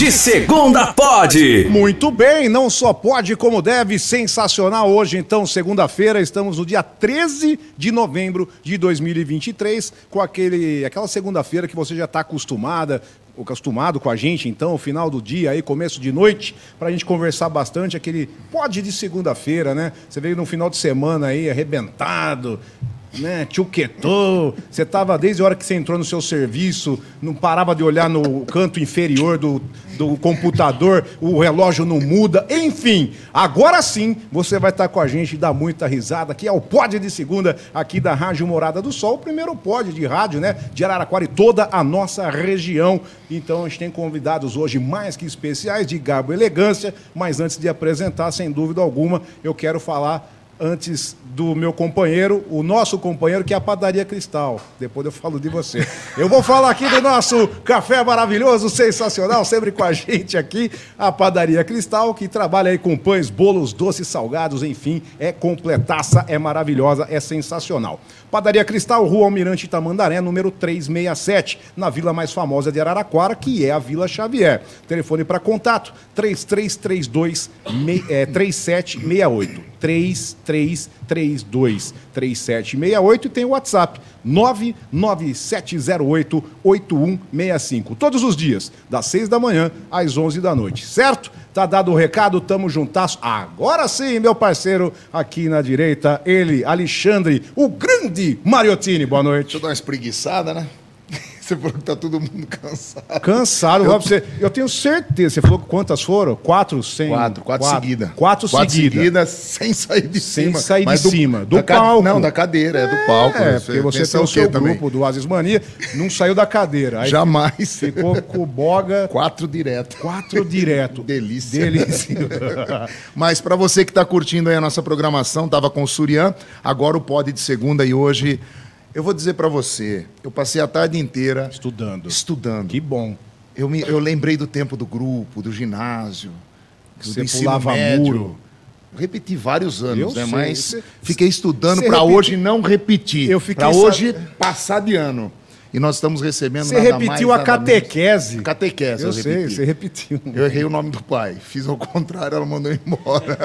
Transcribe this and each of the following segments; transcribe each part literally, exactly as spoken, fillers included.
de Segunda pode. Muito bem, não só pode como deve, sensacional. Hoje então, segunda-feira, estamos no dia treze de novembro de dois mil e vinte e três, com aquele, aquela segunda-feira que você já está acostumada, acostumado com a gente, então, final do dia, aí, começo de noite, para a gente conversar bastante, aquele pode de segunda-feira, né? Você veio no final de semana aí, arrebentado, né, tchuquetou, você tava desde a hora que você entrou no seu serviço, não parava de olhar no canto inferior do, do computador, o relógio não muda, enfim, agora sim você vai estar com a gente e dar muita risada, que é o Pod de Segunda, aqui da Rádio Morada do Sol, o primeiro pod de rádio, né, de Araraquara e toda a nossa região. Então a gente tem convidados hoje mais que especiais, de garbo e elegância, mas antes de apresentar, sem dúvida alguma, eu quero falar antes do meu companheiro, o nosso companheiro, que é a Padaria Cristal. Depois eu falo de você. Eu vou falar aqui do nosso café maravilhoso, sensacional, sempre com a gente aqui, a Padaria Cristal, que trabalha aí com pães, bolos, doces, salgados, enfim, é completaça, é maravilhosa, é sensacional. Padaria Cristal, Rua Almirante Tamandaré, número trezentos e sessenta e sete, na vila mais famosa de Araraquara, que é a Vila Xavier. Telefone para contato, três três três dois, três sete seis oito. três três três dois, três sete seis oito, e tem o WhatsApp nove nove sete zero oito, oito um seis cinco. Todos os dias, das seis da manhã às onze da noite, certo? Tá dado o recado, tamo juntasso. Agora sim, meu parceiro, aqui na direita, ele, Alexandre, o grande Mariottini. Boa noite. Deixa eu dar uma espreguiçada, né? Você falou que tá todo mundo cansado. Cansado, eu, vou pra você. Eu tenho certeza. Você falou quantas foram? Quatro, sem... Quatro, quatro, quatro seguidas. Quatro, quatro seguidas. seguidas, sem sair de sem cima. Sem sair de do, cima. Do da palco. Ca... Não, da cadeira, é, é do palco. É, porque você tem o seu grupo também do Asis Mania, não saiu da cadeira. Aí jamais. Ficou com o boga... Quatro direto. Quatro direto. Delícia. Delícia. Mas para você que está curtindo aí a nossa programação, tava com o Surian, agora o Pod de Segunda, e hoje... Eu vou dizer para você, eu passei a tarde inteira... Estudando. Estudando. Que bom. Eu, me, eu lembrei do tempo do grupo, do ginásio, do você ensino pulava médio. Muro. Repeti vários anos, eu né? Sei. Mas Você, fiquei estudando para repeti... hoje não repetir. Eu fiquei para sab... hoje passar de ano. E nós estamos recebendo você nada mais... Você repetiu a catequese. A catequese, eu, eu sei, repeti. Você repetiu. Eu errei o nome do pai. Fiz ao contrário, ela mandou embora.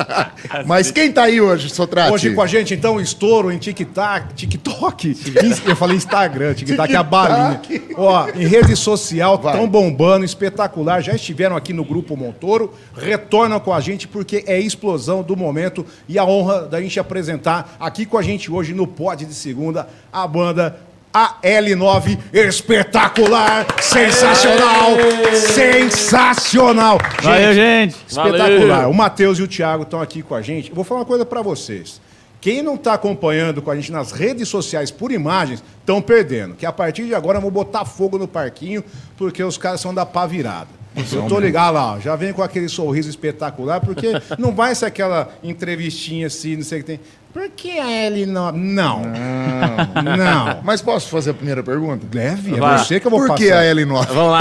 Mas quem tá aí hoje, Sotrate? Hoje com a gente, então, estouro em TikTok. TikTok? Eu falei Instagram, TikTok é a balinha. Ó, em rede social, estão bombando, espetacular. Já estiveram aqui no Grupo Montoro. Retornam com a gente porque é explosão do momento. E a honra da gente apresentar aqui com a gente hoje no Pod de Segunda a banda... A L nove, espetacular, sensacional, Aê! sensacional. Valeu, gente. Espetacular. Valeu. O Matheus e o Thiago estão aqui com a gente. Eu vou falar uma coisa para vocês. Quem não está acompanhando com a gente nas redes sociais por imagens, estão perdendo. Que a partir de agora eu vou botar fogo no parquinho, porque os caras são da pá virada. Eu tô ligado lá, ó, já vem com aquele sorriso espetacular, porque não vai ser aquela entrevistinha assim, não sei o que tem. Por que a L nove? Não. Não. Não. Mas posso fazer a primeira pergunta? Leve, é Vai. você que eu vou Por passar. que a L nove? Vamos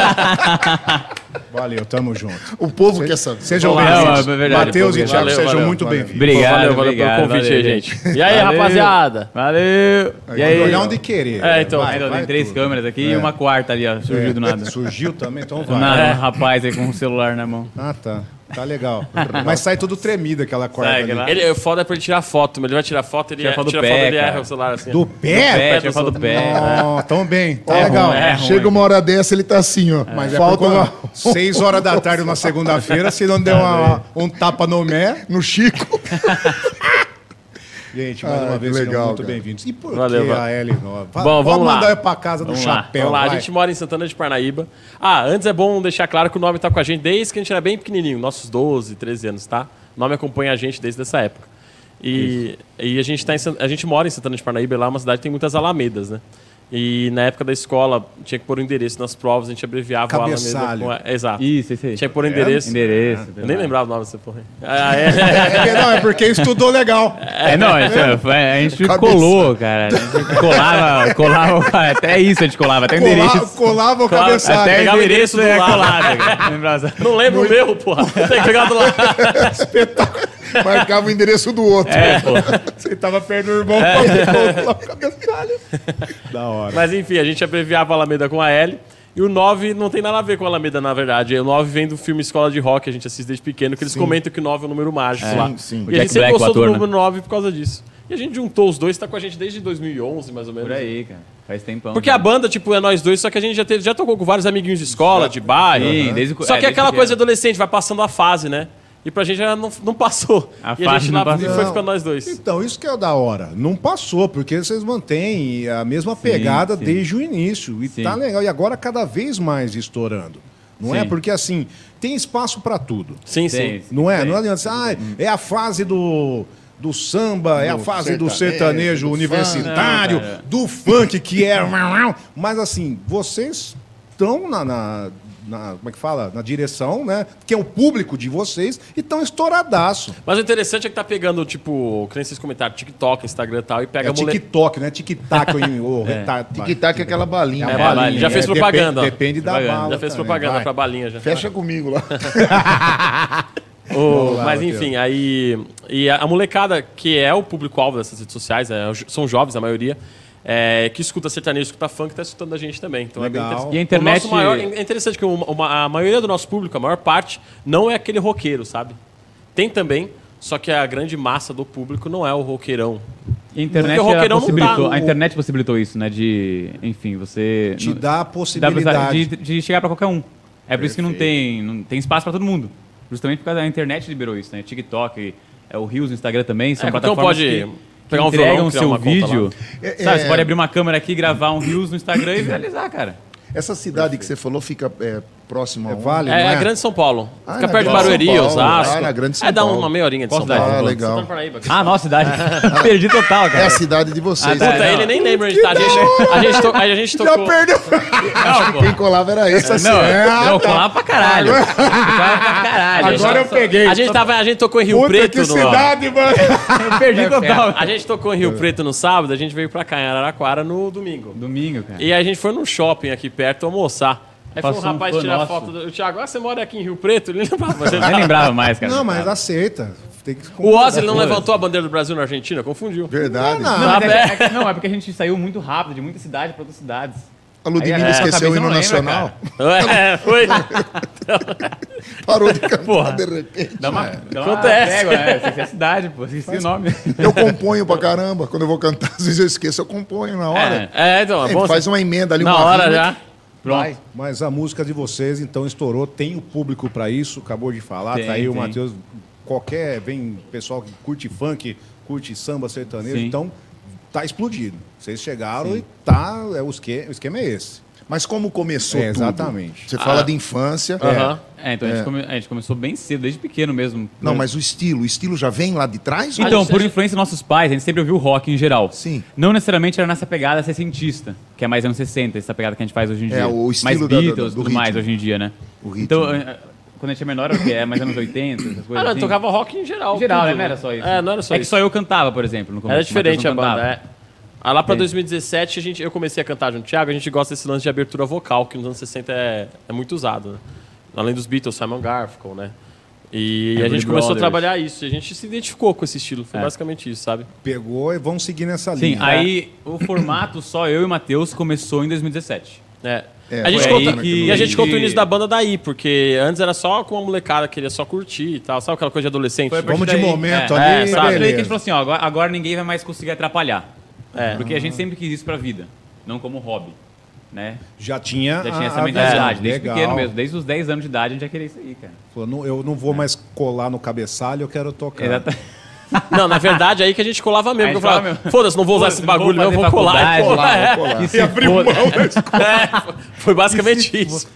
lá. Valeu, tamo junto. O povo Se, quer saber. Sejam bem-vindos. Matheus e Thiago, valeu, sejam valeu, muito valeu. bem-vindos. Obrigado, valeu, valeu obrigado, pelo convite valeu, aí, gente. E aí, valeu. rapaziada? Valeu. E aí? Olhar onde querer. É, então, vai, ainda vai tem três tudo. câmeras aqui É. e uma quarta ali, ó. Surgiu É. do nada. Surgiu também, então Do vai. nada, É. um rapaz aí com o celular na mão. Ah, tá. Tá legal. Mas sai tudo tremido aquela quarta Sai, ali. aquela- Ele, o foda é pra ele tirar foto, mas ele vai tirar foto, ele Tira tira foto do foto, pé, ele erra cara. o celular assim. Do Do pé? pé, tira foto do pé. Ó, tão bem, tá Ó, legal. é ruim. Chega uma hora dessa, ele tá assim, ó. Mas é Falta por conta- seis horas da tarde numa segunda-feira, se não der uma- um tapa no mé. no Chico. Gente, mais Ah, uma que vez, legal, sejam muito cara. bem-vindos. E por Valeu, que valeu. a L nove? Va- Bom, Pode vamos lá. mandar eu pra casa do Vamos lá. chapéu. Vamos lá, a vai. gente mora em Santana de Parnaíba. Ah, antes é bom deixar claro que o nome tá com a gente desde que a gente era bem pequenininho, nossos doze, treze anos, tá? O nome acompanha a gente desde essa época. E, e a, gente tá em, San- a gente mora em Santana de Parnaíba, lá é uma cidade que tem muitas alamedas, né? E na época da escola, tinha que pôr o endereço nas provas, a gente abreviava Cabeçalho. o Alameda. Com a, exato. Isso, isso aí. Tinha que pôr o endereço. Endereço. Eu nem lembrava o nome dessa porra. Ah, é. É, não, é porque estudou legal. É, não, isso, é, a gente Cabeça. colou, cara. A gente colava, colava, até isso a gente colava, até Colava, endereço. colava o Colava- cabeçalho. Até pegava o endereço endereço é do lado. colado, cara. Lembrava- Não lembro o meu, porra. Tem que pegar do lado. Marcava o endereço do outro. É, porra. Você tava perto do irmão, colava o cabeçalho. Da hora. Mas enfim, a gente abreviava a Alameda com a L. E o nove não tem nada a ver com a Alameda, na verdade. O nove vem do filme Escola de Rock, que a gente assiste desde pequeno, que eles Sim. comentam que o nove é um número mágico É, lá. sim. O E a Jack gente sempre Black, o gostou do ator, número né? nove por causa disso. E a gente juntou os dois, tá com a gente desde dois mil e onze, mais ou menos. Por aí, cara. Faz tempão. Porque cara. a banda, tipo, é nós dois, só que a gente já, teve, já tocou com vários amiguinhos de escola, de bairro. Sim, desde o- Só é, que desde aquela pequeno. coisa adolescente, vai passando a fase, né? E pra gente já não, não passou. A e a fase gente não lá passou. foi ficando nós dois. Então, isso que é o da hora. Não passou, porque vocês mantêm a mesma pegada sim. desde o início. E Sim. tá legal. E agora cada vez mais estourando. Não é? Sim. Porque assim, tem espaço pra tudo. Sim, sim. Tem, Não é? tem. Não adianta. Ah, é a fase do, do samba, é a fase do sertanejo, sertanejo do universitário, funk. Não, cara. do funk, que é. Mas assim, vocês estão na, na, na- Como é que fala? Na direção, né? Que é o público de vocês e estão estouradaço. Mas o interessante é que tá pegando, tipo, que nem vocês comentaram, TikTok, Instagram e tal, e pega É a mulher. TikTok, né? Tic-tac. o retar- Tic-tac é aquela balinha. É a É, balinha. já fez É, propaganda, ó. Depende, depende da Propaganda. bala. Já fez também. propaganda Vai. pra balinha já. Fecha comigo lá. Ô, lá, mas Matheus. enfim, aí. E a, a molecada, que é o público-alvo dessas redes sociais, é, são jovens, a maioria, é, que escuta sertanejo, escuta funk, tá escutando a gente também. Então Legal. é bem interessante. E a internet- O nosso maior, é interessante que uma- uma- a maioria do nosso público, a maior parte, não é aquele roqueiro, sabe? Tem também, só que a grande massa do público não é o roqueirão. E a internet, Porque o ela roqueirão não possibilitou, tá- a internet possibilitou isso, né? De, enfim, você... Te não- dá a dá possibilidade. de, de chegar pra qualquer um. É por isso que não tem, não tem espaço pra todo mundo. Justamente por causa da internet liberou isso, né? TikTok, é, o Reels, o Instagram também, são É, qualquer um plataformas pode que, que pegar um entregam violão, o criar seu uma conta vídeo. lá. É, Sabe, é- você pode abrir uma câmera aqui, gravar um Reels no Instagram e viralizar, cara. Essa cidade que você falou fica é, próxima a É onde? Vale, não É, é? é Grande São Paulo. Ah, Fica na perto de Grande Barueri, São Paulo. Osasco. Ah, na Grande São É, dá Paulo. uma meia horinha de Qual São cidade? Paulo. Ah, Você legal. tá no Paraíba. Ah, nossa, cidade. Perdi total, cara. É a cidade de vocês. Ah, tá. né? Puta, É, ele não. nem lembra onde tá. A gente, a gente, to- a gente Já tocou... perdeu. Não, pô. Quem colava era esse. Não, Ah, não, tá. colava pra caralho. Colava pra caralho. Agora eu peguei. A gente, tava, a gente tocou em Rio Puta, Preto. que no- cidade, mano. Eu perdi total. A gente tocou em Rio Preto no sábado, a gente veio pra cá, em Araraquara, no domingo. Domingo, cara. E a gente foi num shopping aqui perto almoçar. Aí foi um Passou um rapaz fã tirar nosso. foto do... O Thiago, ah, você mora aqui em Rio Preto? Ele lembrava. Mas ele Nem lembrava mais, cara. Não, mas aceita. Tem que O Ozzy ele não Foda-se. levantou a bandeira do Brasil na Argentina? Confundiu. Verdade. Não, Não, mas Tá é, aberto. é que- não, é porque a gente saiu muito rápido, de muita cidade pra outras cidades. A Ludmilla Aí, é, esqueceu cabeça o hino não lembra, nacional. É, foi. Parou de cantar Porra. de repente. Dá uma, dá uma Acontece. trégua, né? Esqueci a cidade, pô. Esqueci o nome. Eu componho pra caramba. Quando eu vou cantar, às vezes eu esqueço, eu componho na hora. É, então, é É, bom. faz uma emenda ali, Na uma hora rima. já. Pronto. Mas a música de vocês, então, estourou. Tem o público pra isso, acabou de falar. Tem, tá aí o tem. Matheus. Qualquer. Vem pessoal que curte funk, curte samba sertanejo. Sim. Então, tá explodido. Vocês chegaram e tá. É, o, esquema, o esquema é esse. Mas como começou É, tudo? exatamente. Você fala Ah. de infância. Aham. É, então A, gente come- a gente começou bem cedo, desde pequeno mesmo. Não, mas o estilo, o estilo já vem lá de trás? Então, gente- por influência dos nossos pais, a gente sempre ouviu rock em geral. Sim. Não necessariamente era nessa pegada sessentista, que é mais anos sessenta, essa pegada que a gente faz hoje em É, dia. o estilo mais da- da- Beatles, do tudo mais ritmo. hoje em dia, né? O ritmo. Então, eh, quando a gente é menor, era o quê? É mais anos oitenta, essas coisas Ah, não, assim. tocava rock em geral. Em geral, tudo, né? Não era só isso. É, não era só É que isso. só eu cantava, por exemplo, no começo. Era o diferente a Matheus não banda, cantava. é. Ah, lá pra É. dois mil e dezessete, a gente, eu comecei a cantar junto com o Thiago, a gente gosta desse lance de abertura vocal, que nos anos sessenta é, é muito usado, né? Além dos Beatles, Simon Garfunkel, né? E a Everly gente começou a Brothers. trabalhar isso, e a gente se identificou com esse estilo, foi É. basicamente isso, sabe? Pegou e vamos seguir nessa Sim, linha. aí o formato só eu e o Matheus começou em dois mil e dezessete. É. É, a gente foi conta, aí que- E a gente conta o início da banda daí, porque antes era só com uma molecada que queria só curtir e tal, sabe aquela coisa de adolescente? Foi a partir Vamos de daí- momento é, ali, é, sabe? Foi aí que a beleza. gente falou assim, ó, agora, agora ninguém vai mais conseguir atrapalhar. É. Porque a gente sempre quis isso pra vida, não como hobby, né? Já tinha. Já tinha a- essa a mentalidade, visão. desde Legal. pequeno mesmo, desde os dez anos de idade a gente já queria isso aí, cara. Falou, não, eu não vou mais colar no cabeçalho, eu quero tocar. Exatamente. Não, na verdade, aí que a gente colava mesmo. A que eu gente falava, colava mesmo. foda-se, não vou usar Foda-se, esse não vou bagulho, não, fazer vou colar. faculdade. e colar. Colar, colar. E se foda- É, foi basicamente isso.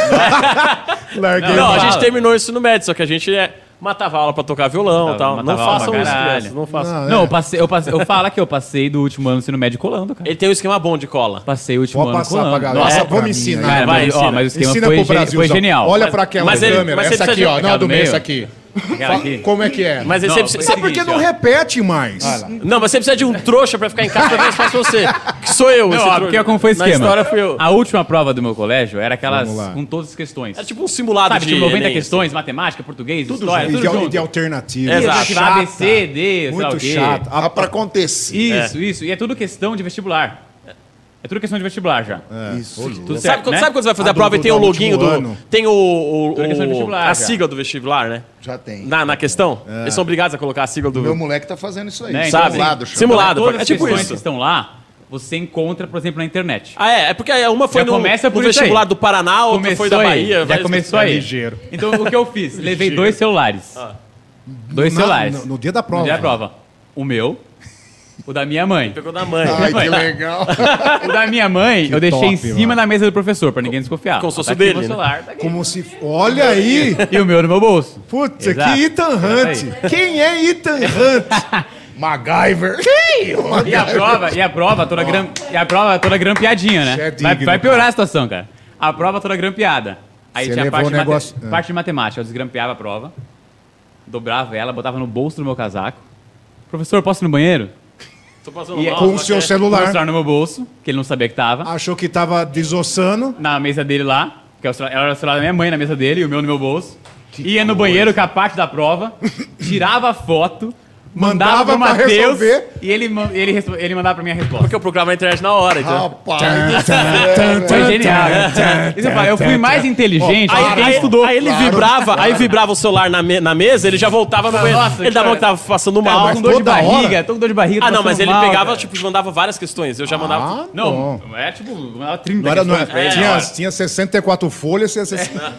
Larguei Não, a fala. gente terminou isso no médio, só que a gente é, matava aula pra tocar violão e tal. Matava Não aula façam pra isso, caralho. crianças, não façam. Não, Não, eu passei, eu passei, eu falo que eu passei do último ano no ensino médio colando, cara. Ele tem um esquema bom de cola. Passei o último Pode ano passar colando. pra galera. Nossa, Nossa, é, vamos pra ensinar. mim, cara, Vai, mas, ó, ensina. mas o esquema Ensina foi, pro ge- Brasil. foi genial. Olha Mas- pra aquela mas ele- câmera. mas ele Essa aqui, precisa ó. de- Não, Aquela do do meio, meio. essa aqui. Aquela aqui. Como é que é? Mas aí Não, você foi precisa. o Porque seguinte, não ó. repete mais. Não, mas você precisa de um trouxa pra ficar em casa pra ver se faz você. Que sou eu, esse Não, ó, trouxa. porque como foi o Na esquema? história fui eu. A última prova do meu colégio era aquelas Vamos lá. com todas as questões. Era tipo um simulado Sabe, de tipo noventa Enem, questões, matemática, português, Tudo história, junto. tudo E de, junto. de alternativa. Exato. Tipo, A, B, C, D, sei lá Muito o quê. chato. Dá pra acontecer. Isso, isso. E é tudo questão de vestibular. É É tudo questão de vestibular já. Isso. Tudo Sabe, certo, quando, né? sabe quando você vai fazer Ah, a prova do- e tem do o loginho último do... ano. Tem o, o- Tudo questão de o- vestibular, a já. sigla do vestibular, né? Já tem. Na, na questão. Eles são obrigados a colocar a sigla do... O meu moleque tá fazendo isso aí. Né, então, Sabe? Simulado, chama. Simulado. Todas É as tipo questões isso. que estão lá, você encontra, por exemplo, na internet. Ah, é? É porque uma foi Já no, começa no por isso vestibular aí. do Paraná, outra foi da aí, Bahia. Já várias começou É aí. ligeiro. Então, o que eu fiz? Levei dois celulares. Dois Na- celulares. no- no dia da prova. No dia da prova. O meu, o da minha mãe. Pegou da mãe. Ai, Mãe. que legal. O da minha mãe, eu deixei top, em cima mano. da mesa do professor, pra ninguém desconfiar. Como se fosse Tá o aqui dele, meu né? celular, tá aqui. Como se... Olha aí! E o meu no meu bolso. Putz, Exato. que Ethan Hunt. Quem é Ethan Hunt? MacGyver. E a prova, e a prova toda, gram, e a prova toda grampeadinha, né? Isso é vai, digno, vai piorar a situação, cara. A prova toda grampeada. Aí Você tinha a levou parte, o de mate- negócio- ah. parte de matemática. Eu desgrampeava a prova, dobrava ela, botava no bolso do meu casaco. Professor, posso ir no banheiro? Tô passando E- mal, Com o só seu que- O celular. celular no meu bolso, que ele não sabia que tava. Achou que tava desossando. Na mesa dele lá, que é o celular- era o celular da minha mãe na mesa dele e o meu no meu bolso. Ia no banheiro com a parte da prova, tirava a foto, mandava, Mandava pro pra Matheus resolver. e ele, ma- ele, respo- ele mandava pra minha resposta. Porque eu procurava na internet na hora, então. Rapaz. Foi genial. Isso eu falo, eu fui mais inteligente Aí, que quem aí- estudou. aí ele vibrava, aí vibrava o celular na, me- na mesa, ele já voltava no banheiro. Nossa, ele dava cara. que tava passando Cara, mal. tô com dor de toda barriga, hora. tô com dor de barriga. Ah, tô não, mas passando ele mal, pegava, cara. tipo, mandava várias questões. Eu já mandava. Ah, Não, bom. é tipo, mandava trinta Não era, não questões pra era, ele tinha, na hora. tinha sessenta e quatro folhas. Tinha sessenta...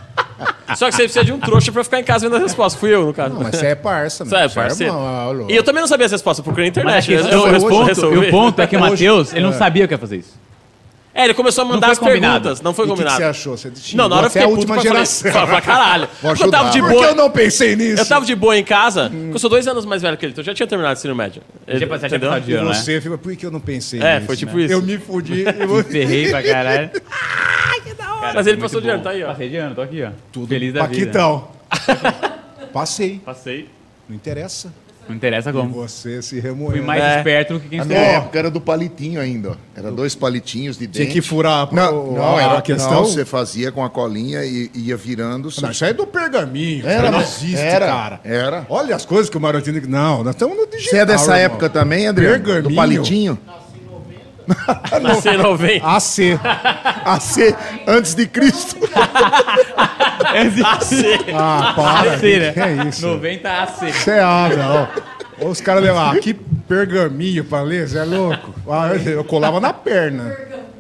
Só que você precisa de um trouxa pra ficar em casa vendo as respostas. Fui eu, no caso. Não, mas você é parça, Você é mano. parceiro. irmão, ah, louco. E eu também não sabia as respostas, eu procurei na Mas a internet. né? questão, eu, e eu o ponto, resolvi. e o ponto é que o Matheus, ele não sabia que ia fazer isso. É, ele começou a mandar Não as foi combinado. perguntas. Não foi E o que, que combinado. você achou? Você Não, na hora eu até fiquei a puto última pra falar- geração. Pra, pra caralho. Vou Porque eu tava ajudar. de Por que boa. eu não pensei nisso? Eu tava de boa em casa, porque eu sou dois anos mais velho que ele, então eu já tinha terminado o ensino médio. Já tinha Entendeu? passado de E ano, né? você ficou, por que eu não pensei É, nisso? foi tipo né? isso. Eu me fudi. e você- Ferrei pra caralho. Cara, Mas ele foi passou muito de ano, bom. tá aí, ó. Passei de ano, tô aqui, ó. Tudo Feliz da vida. Paquitão. Passei. Passei. Não interessa. Não interessa como. Você se Fui remoeu. mais É. esperto do que quem Na estudou. minha época era do palitinho ainda, ó. Era dois palitinhos de dente. Tinha que furar Não, o- não, a era questão. Não, você fazia com a colinha e ia virando. Não, isso aí é do pergaminho. Era, Era, não mas existe, era, cara. era. Olha as coisas que o Marotino... Não, nós estamos no digital. Você é dessa irmão. época também, Adriano? Pergaminho. Do palitinho? Nasci em noventa. A C. A C, antes de Cristo. A C. Ah, para. A C, né? Que é isso? noventa A C. Você abre, ó. Ou os caras levam, ah, que pergaminho pra ler, você é louco? Ah, eu, eu colava na perna.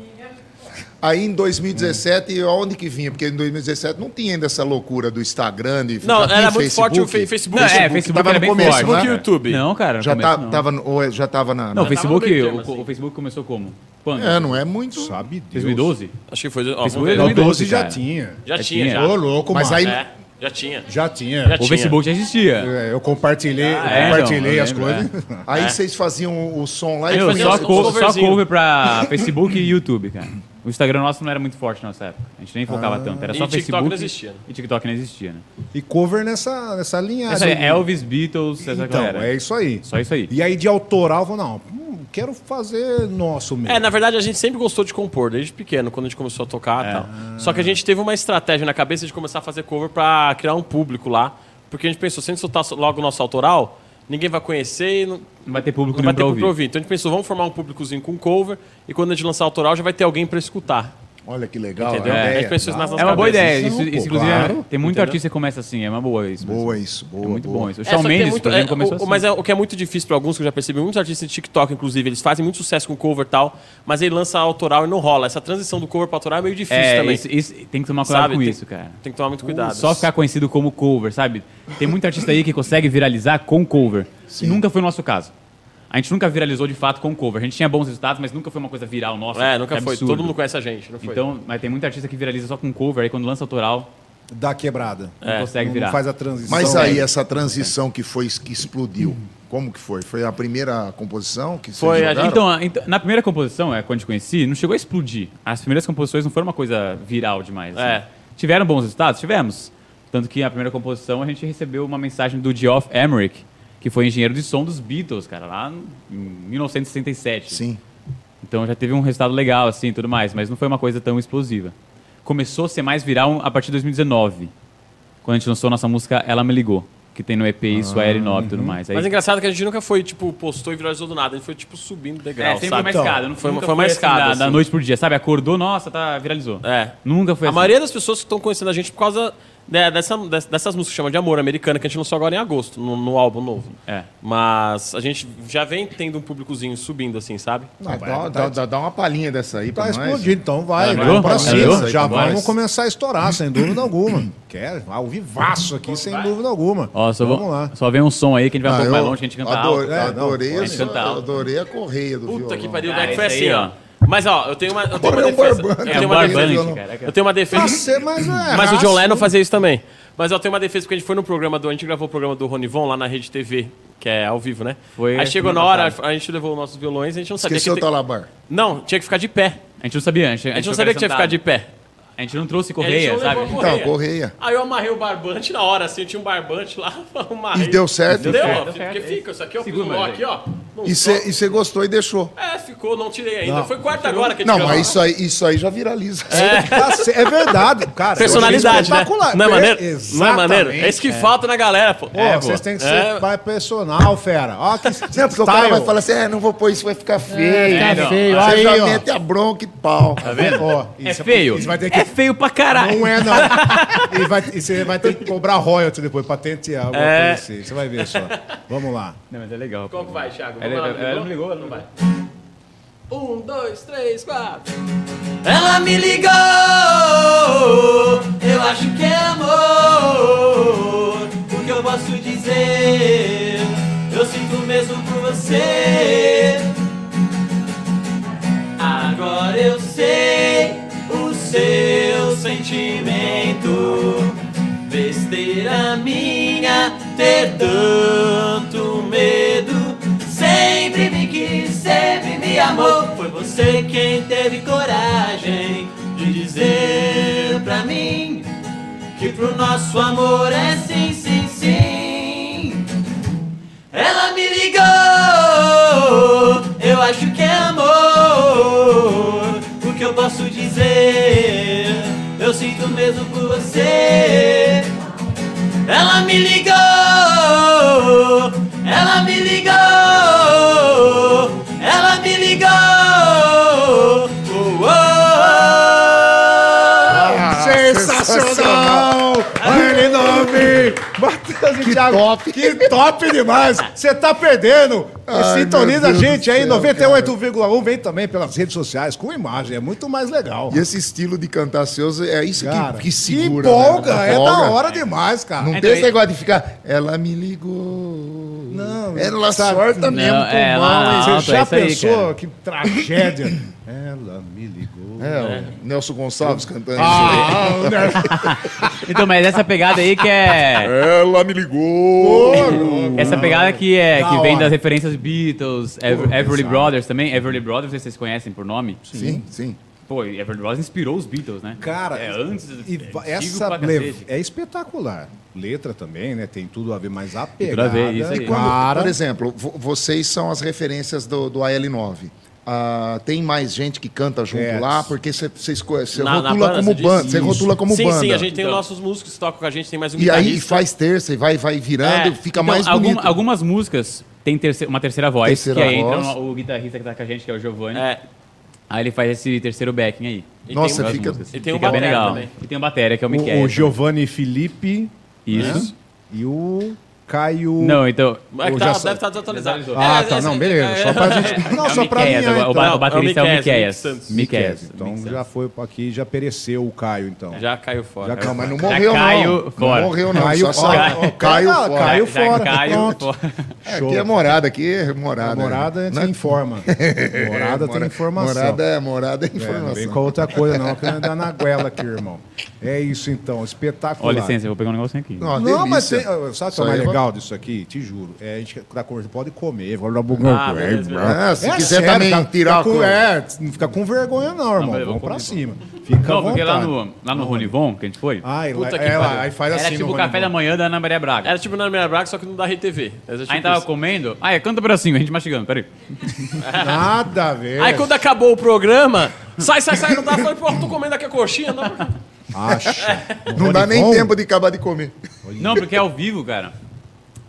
Aí em dois mil e dezessete, onde que vinha? Porque em dois mil e dezessete não tinha ainda essa loucura do Instagram. De, Não, já tinha era muito forte o fe- Facebook. Não, é, Facebook Facebook tava era no bem começo, forte. né? Facebook e YouTube. Não, cara, no Já, começo, tá, não. tava, no- ou já tava na... Não, na- o Facebook, meio termo, o, assim. o Facebook começou como? Quando? É, não é muito... Sabe Deus. dois mil e doze? Acho que foi. Ó, Facebook vamos ver. é Não, dois mil e doze já cara. tinha. Já Já tinha, tinha. já. Ô, louco, Mas mano. aí- É, já tinha. Já tinha. Já O tinha. Facebook já existia. É, eu compartilhei, Ah, eu é, compartilhei não, as eu lembro, coisas. Aí É. vocês faziam o som lá e Eu, fazia só, uns- co uns só coverzinho. cover pra Facebook e YouTube, cara. O Instagram nosso não era muito forte na nossa época. A gente nem focava tanto. Era E só TikTok Facebook. não existia, né? E TikTok não existia, né? E cover nessa, nessa linhagem. Essa é Elvis, Beatles, essa Então, galera. é isso aí. Só isso aí. E aí de autoral, eu falei, não, hum, quero fazer nosso mesmo. É, na verdade a gente sempre gostou de compor, desde pequeno, quando a gente começou a tocar e tal. Só que a gente teve uma estratégia na cabeça de começar a fazer cover pra criar um público lá. Porque a gente pensou, se a gente soltar logo o nosso autoral, ninguém vai conhecer e não, Não vai ter público não vai nenhum ter pra público pra ouvir. ouvir. Então a gente pensou, vamos formar um públicozinho com cover e quando a gente lançar autoral já vai ter alguém pra escutar. Olha que legal. Entendeu? a A gente ideia. pensou isso nas nossas É uma boa cabeças. ideia. Isso, Não, isso, pô, inclusive, claro. tem muito Entendeu? artista que começa assim. É uma boa isso. Boa isso, boa, É muito boa. bom isso. O É, Shawn só que tem Mendes, muito- por exemplo, é, começou o- assim. Mas é, o que é muito difícil para alguns, que eu já percebi, muitos artistas de TikTok, inclusive, eles fazem muito sucesso com cover e tal, mas ele lança autoral e não rola. Essa transição do cover para autoral é meio difícil É, também. isso, isso- tem que tomar cuidado Sabe? com Tem- isso, cara. Tem que tomar muito cuidado. Só ficar conhecido como cover, sabe? Tem muito artista aí que consegue viralizar com cover. E nunca foi o nosso caso. A gente nunca viralizou de fato com cover. A gente tinha bons resultados, mas nunca foi uma coisa viral nossa. É, nunca que foi. absurdo. Todo mundo conhece a gente, não foi? Então, mas tem muita artista que viraliza só com cover, aí quando lança autoral, Da quebrada. não consegue Não, virar. não faz a transição. Mas aí, né? essa transição que foi que explodiu, como que foi? Foi a primeira composição que vocês Foi, a jogaram? Então, a- então, na primeira composição, é, quando eu te conheci, não chegou a explodir. As primeiras composições não foram uma coisa viral demais. assim. É. Tiveram bons resultados? Tivemos. Tanto que na primeira composição a gente recebeu uma mensagem do Geoff Emerick, que foi engenheiro de som dos Beatles, cara, lá em mil novecentos e sessenta e sete. Sim. Então já teve um resultado legal, assim, e tudo mais, mas não foi uma coisa tão explosiva. Começou a ser mais viral a partir de dois mil e dezenove, quando a gente lançou nossa música Ela Me Ligou, que que tem no E P isso, a L nove e tudo mais. Aí, Mas é engraçado que a gente nunca foi, tipo, postou e viralizou do nada. A gente foi, tipo, subindo degrau, é, sempre sabe? foi mais Então, escada. Não foi- nunca foi mais assim, escada, da, assim. da noite por dia, sabe? Acordou, nossa, tá, viralizou. É. Nunca foi A assim. maioria das pessoas que estão conhecendo a gente por causa né, dessa, dess- dessas músicas que chama de Amor Americana, que a gente lançou agora em agosto, no, no álbum novo. É. Mas a gente já vem tendo um públicozinho subindo, assim, sabe? Ah, vai, dá, tá- dá- dá- dá uma palhinha dessa aí Tá pra nós. explodindo, então vai, Ela vamos pra viu? cima. Ela Já viu? vamos Vamos. começar a estourar, sem dúvida alguma. Quer? Ao vivaço aqui, sem dúvida alguma. Ó, só, vamos vou- lá. só vem um som aí que a gente vai um Ah, pouco eu mais longe, que a gente canta adorei, alto. É, não, adorei, pode essa- cantar alto. adorei a correia do Puta violão. que pariu, Ah, o deck foi esse assim, aí, ó. Mas, ó, eu tenho uma, eu tenho Agora uma é um defesa. barbante. Eu É tenho um uma barbante, defesa. cara. Eu tenho uma defesa. Ah, cê- mas, é, Mas o John raça. Lennon fazia isso também. Mas eu tenho uma defesa porque a gente foi no programa do. A gente gravou o programa do Ronivon lá na Rede T V, que é ao vivo, né? Foi Aí chegou na semana hora, passada. a gente levou os nossos violões e a gente não sabia Esqueceu o que. te- talabar. Não, tinha que ficar de pé. A gente não sabia, a gente, A gente não sabia que tinha que ficar de pé. A gente não trouxe A correia, gente não sabe? levou Então, correia. Aí eu amarrei o barbante na hora, assim, eu tinha um barbante lá, amarrei. E deu certo? Deu, Deu certo, ó, deu porque certo. fica, isso aqui eu Segura, pus um nó mas aqui, ó. num E só. você gostou e deixou. É, ficou, não tirei ainda. Não, Foi quarta agora que a gente Não, gravou. mas isso aí, isso aí já viraliza. Tá ce- É verdade, cara. Personalidade, eu né? achei espetacular. Não é maneiro? É, Não é maneiro? exatamente. É isso que falta na galera, pô. Pô, É, vocês pô. têm que É. ser pai personal, fera. Ó, que Não, porque o cara vai falar assim, é, não vou pôr isso, vai ficar feio. É, não. feio. Você Aí, já ó. mete a bronca e pau. Tá vendo? Ó, É isso feio? Isso vai ter que... É feio pra caralho. Não é, não. E, vai, e você vai ter que cobrar royalty depois, patentear alguma É. coisa assim. Você vai ver só. Vamos lá. Não, mas é legal. Como que vai, Thiago? Ela, Vamos lá, ela ligou? não ligou, ela não vai. Um, dois, três, quatro. Ela me ligou, eu acho que é amor. O que eu posso dizer? Eu sinto mesmo por você. Agora eu sei o seu sentimento. Besteira minha ter tanto medo. Sempre me quis, sempre me amou. Foi você quem teve coragem de dizer pra mim que pro nosso amor é sim, sim, sim. Ela me ligou, eu acho que é amor. O que eu posso dizer? Eu sinto mesmo por você. Ela me ligou, ela me ligou, ela me ligou. Oh, oh, oh. Sensacional! Ele nome! Matheus e Que Thiago. top. Que top demais! Você tá perdendo! Ai, Sintoniza meu a Deus gente do aí, céu, noventa e oito vírgula um. Vem também pelas redes sociais com imagem. É muito mais legal. E esse estilo de cantar seus é isso Cara, que, que segura. empolga, né? é Empolga. da hora demais, cara. Não Então, tem esse e- negócio de ficar. Ela me ligou. Não, Ela sabe, sorta não, mesmo é, com ela- mão. Ah, Você alto, já é isso aí, pensou cara. que tragédia? Ela me ligou. É, o Nelson Gonçalves cantando Ah, o Nelson. Então, mas essa pegada aí que é. isso aí. Ela me ligou. Essa pegada que é Da que vem hora. das referências Beatles, Ever, Pô, Everly exato. Brothers também. Everly Brothers, não sei se vocês conhecem por nome. Sim, sim. Pô, e Everly Brothers inspirou os Beatles, né? Cara, é, antes. e é, va- antigo essa pra le- cacete. é espetacular. Letra também, né? Tem tudo a ver, mas a tudo pegada. a ver, isso aí. Quando, Cara, por exemplo, vo- vocês são as referências do, do A L nove. Ah, tem mais gente que canta junto É. lá, porque você você Na- na rotula banda, como você banda. diz? Você rotula como sim, banda. sim, a gente tem Então. os nossos músicos que tocam com a gente, tem mais um E aí guitarrista. faz terça e vai, vai virando, É. fica Então, mais algum- bonito. algumas músicas tem terce- uma terceira voz, Terceira que aí entra voz. no- o guitarrista que tá com a gente, que é o Giovanni. É. Aí ele faz esse terceiro backing aí. E Nossa, tem um- das fica- músicas. e tem um Fica bem batera legal. também. E tem um bateria, que é o o, Miquel. o Giovanni Felipe Isso. né? e o Caio. Não, então. É que Eu tá, já deve sa- estar desatualizado. Desatualizou. Ah, É, tá, é, não, é, beleza. é, Só pra é, gente. Não, É o só pra Miqueias, alinhar, o- o então. ba- o baterista é o Miqueias, Miqueias. Miqueias Santos. Miqueias. Então Miqueias. já foi aqui, já pereceu o Caio, então. Já caiu fora. Já Caiu Não, mas não Já morreu, caiu não. fora. Não morreu, não. Caiu Só fora. saiu. Ó, Caiu pega, fora. caiu Já fora. caiu Pronto. fora. É, Show. aqui é morada, aqui é morada. A morada né? te informa. Morada tem Mora- informação. Morada é, morada é É, não informação. vem com outra coisa, não, que andar na goela aqui, irmão. É isso então, espetacular. Ó, licença, eu vou pegar um negocinho aqui. Não, Não, mas tem, delícia. sabe o que Isso é mais aí, legal disso aqui? Te juro. É, a gente tá com, pode comer, vai dar Ah, beleza, beleza. Ah, se É quiser sério, também fica- tirar fica com, com- é, não fica com vergonha não, irmão. mas eu vou Vamos pra comer, cima. Fica à Não, porque lá vontade. no, lá no Ronivon, que a gente foi, Ai, Puta lá, que é, lá, pariu. aí faz era assim tipo no o café Ronivon. da manhã da Ana Maria Braga. Era tipo na Ana Maria Braga, só que não da Rede T V. Mas é tipo A gente tava isso. comendo. Ah, é, canta um pedacinho, a gente mastigando, peraí. Nada a ver. Aí quando acabou o programa, sai, sai, sai, não tava falando, pô, tô comendo aqui a coxinha, não. Acha. Não dá nem Ronivon? tempo de acabar de comer. Não, porque é ao vivo, cara.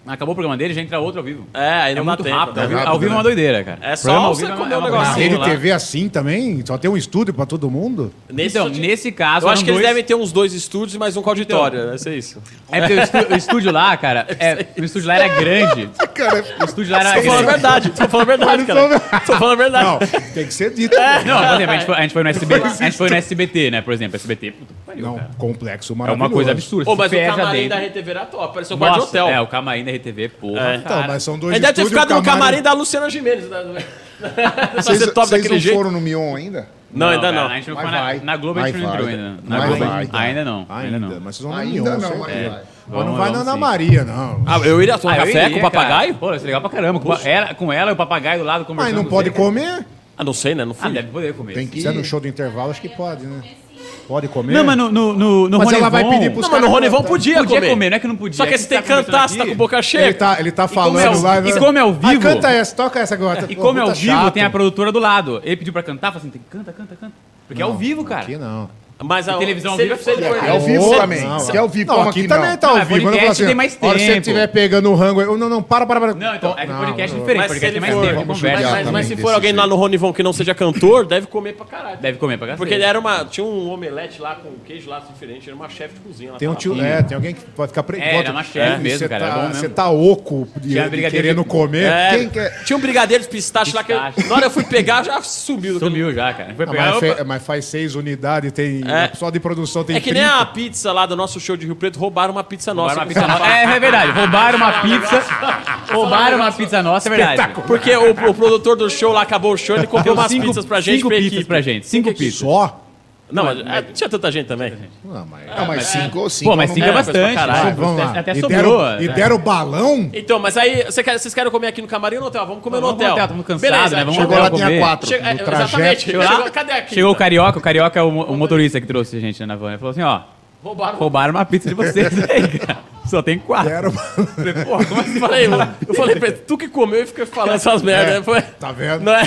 Acabou o programa dele, já entra outro ao vivo. É, aí não É dá muito tempo. rápido. né? Ao vivo, rápido, ao vivo é uma né? doideira, cara. É só Programa ao você vivo é comer uma- um é uma negocinho. Na rede lá. T V assim também? Só tem um estúdio pra todo mundo? Nesse Então, só tinha- nesse caso, Eu acho eram que eles dois- devem ter uns dois estúdios e mais um com auditório, Então. deve ser isso. É porque o, estu- o estúdio lá, cara, é, o estúdio lá era grande. O estúdio lá era Tô falando a grande. verdade, tô falando a verdade, cara. Tô falando a verdade. Não, tem que ser dito. Não, por exemplo, a gente foi, a gente foi no S B T, a gente foi no S B T, né? Por exemplo, S B T, puta que pariu, Não, cara. complexo É maravilhoso. uma coisa absurda. Pô, se mas o pesa camarim dentro- da R T V era top, parecia um quarto de Nossa, hotel. é, o camarim da R T V, porra, É. Então, cara. mas são dois Ele deve ter estúdios, ficado no camarim- camarim da Luciana Gimenez. Né? Pra Vocês, ser top vocês daquele não jeito. foram no Mion ainda? Não, ainda cara, não. A gente não Mas foi na, vai. na Globo, a gente Mas não entrou vai. ainda. Na Mas Globo, vai. ainda não. Ainda, Ainda, não. mas vocês vão no Ainda Mion, não, certeza. mas vai. Mas não Vamos, vai na vamos Ana sim. Maria, não. Ah, eu iria tomar Ah, eu café iria, com o papagaio? cara. Pô, isso é legal pra caramba. Com ela, com ela e o papagaio do lado conversando. Mas não pode sempre. comer? Ah, não sei, né? Não Ah, fui. deve poder comer. Tem que Se é no show do intervalo, acho que pode, né? Pode comer? Não, mas no, no, no, no Mas ela vai Ronivon- pedir pros Não, mas no caras Ronivon cantar. podia, Podia comer. comer, não é que não podia. Só que é você tem que tá conversando cantar, você tá aqui. com boca Ele cheia. tá, ele tá E como falando é ao- lá. e como é ao Ah, vivo- canta essa, toca essa agora. E como é ao Puta vivo, chato. tem a produtora do lado. Ele pediu pra cantar, falou assim, tem que canta, canta, canta. Porque é ao vivo, cara. Aqui não. Mas a televisão ao se ele- vivo se ele é for- É ao vivo Não, também. não, Se é ao vivo, Não, como aqui aqui também não. tá ao Não, vivo. Eu não podcast falo assim, tem mais a hora que você tempo. estiver pegando o rango... eu- Não, não, para, para, para. Não, então, é que o Não, podcast é não. diferente. Mas se Podcast ele tem mais for- tempo de vamos conversa. judiar Mas, também mas se desse for alguém lá jeito. no Ronivon que não seja cantor, deve comer pra caralho. Deve comer pra cacete. Porque ele era uma. Tinha um omelete lá com queijo lá diferente, era uma chefe de cozinha lá. Tem um tava tio, lá. é, tem alguém que pode ficar preto. É, era uma chefe mesmo, cara, é bom mesmo. Você tá oco de, Tinha de brigadeiro querendo de- comer. É, Quem quer... Tinha um brigadeiro de pistache, lá que eu, Pistache. na hora eu fui pegar, já sumiu. Sumiu já, cara. Foi Ah, pegar, mas, opa. fe- mas faz seis unidades, tem. É. Só de produção tem É que nem trinta. a pizza lá do nosso show de Rio Preto, roubaram uma pizza nossa. Roubaram uma pizza nossa. É, é verdade. Roubaram uma pizza. Roubaram uma pizza nossa, é verdade. Porque o, o produtor do show lá acabou o show, ele comprou umas cinco, pizzas pra gente, cinco pra pizzas equipe. pra gente. Cinco pizzas. Só? Não, mas é, tinha tanta gente também. Não, mas... Não, mas cinco ou cinco. Pô, mas não cinco dá. é bastante. pra caralho. Vamos lá. Até e, sobrou. deram, e deram balão? Então, mas aí, você quer- vocês querem comer aqui no camarim ou no hotel? Vamos comer no Vamos no hotel. hotel, estamos cansados, Beleza, né? Vamos chegou Chegou Vamos lá, tinha comer. quatro. Chega- é, no trajeto. exatamente. Chegou Chegou, lá, cadê aqui? chegou o Carioca, o Carioca é o, mo- o motorista que trouxe a gente né, na van. Ele falou assim, ó, Roubaram. roubaram uma pizza de vocês aí, cara. Só tem quatro. Deram... Falei, Porra, como assim? Eu falei, eu, eu falei pra ele, tu que comeu e fica falando essas merdas. Foi- Tá vendo? Não é?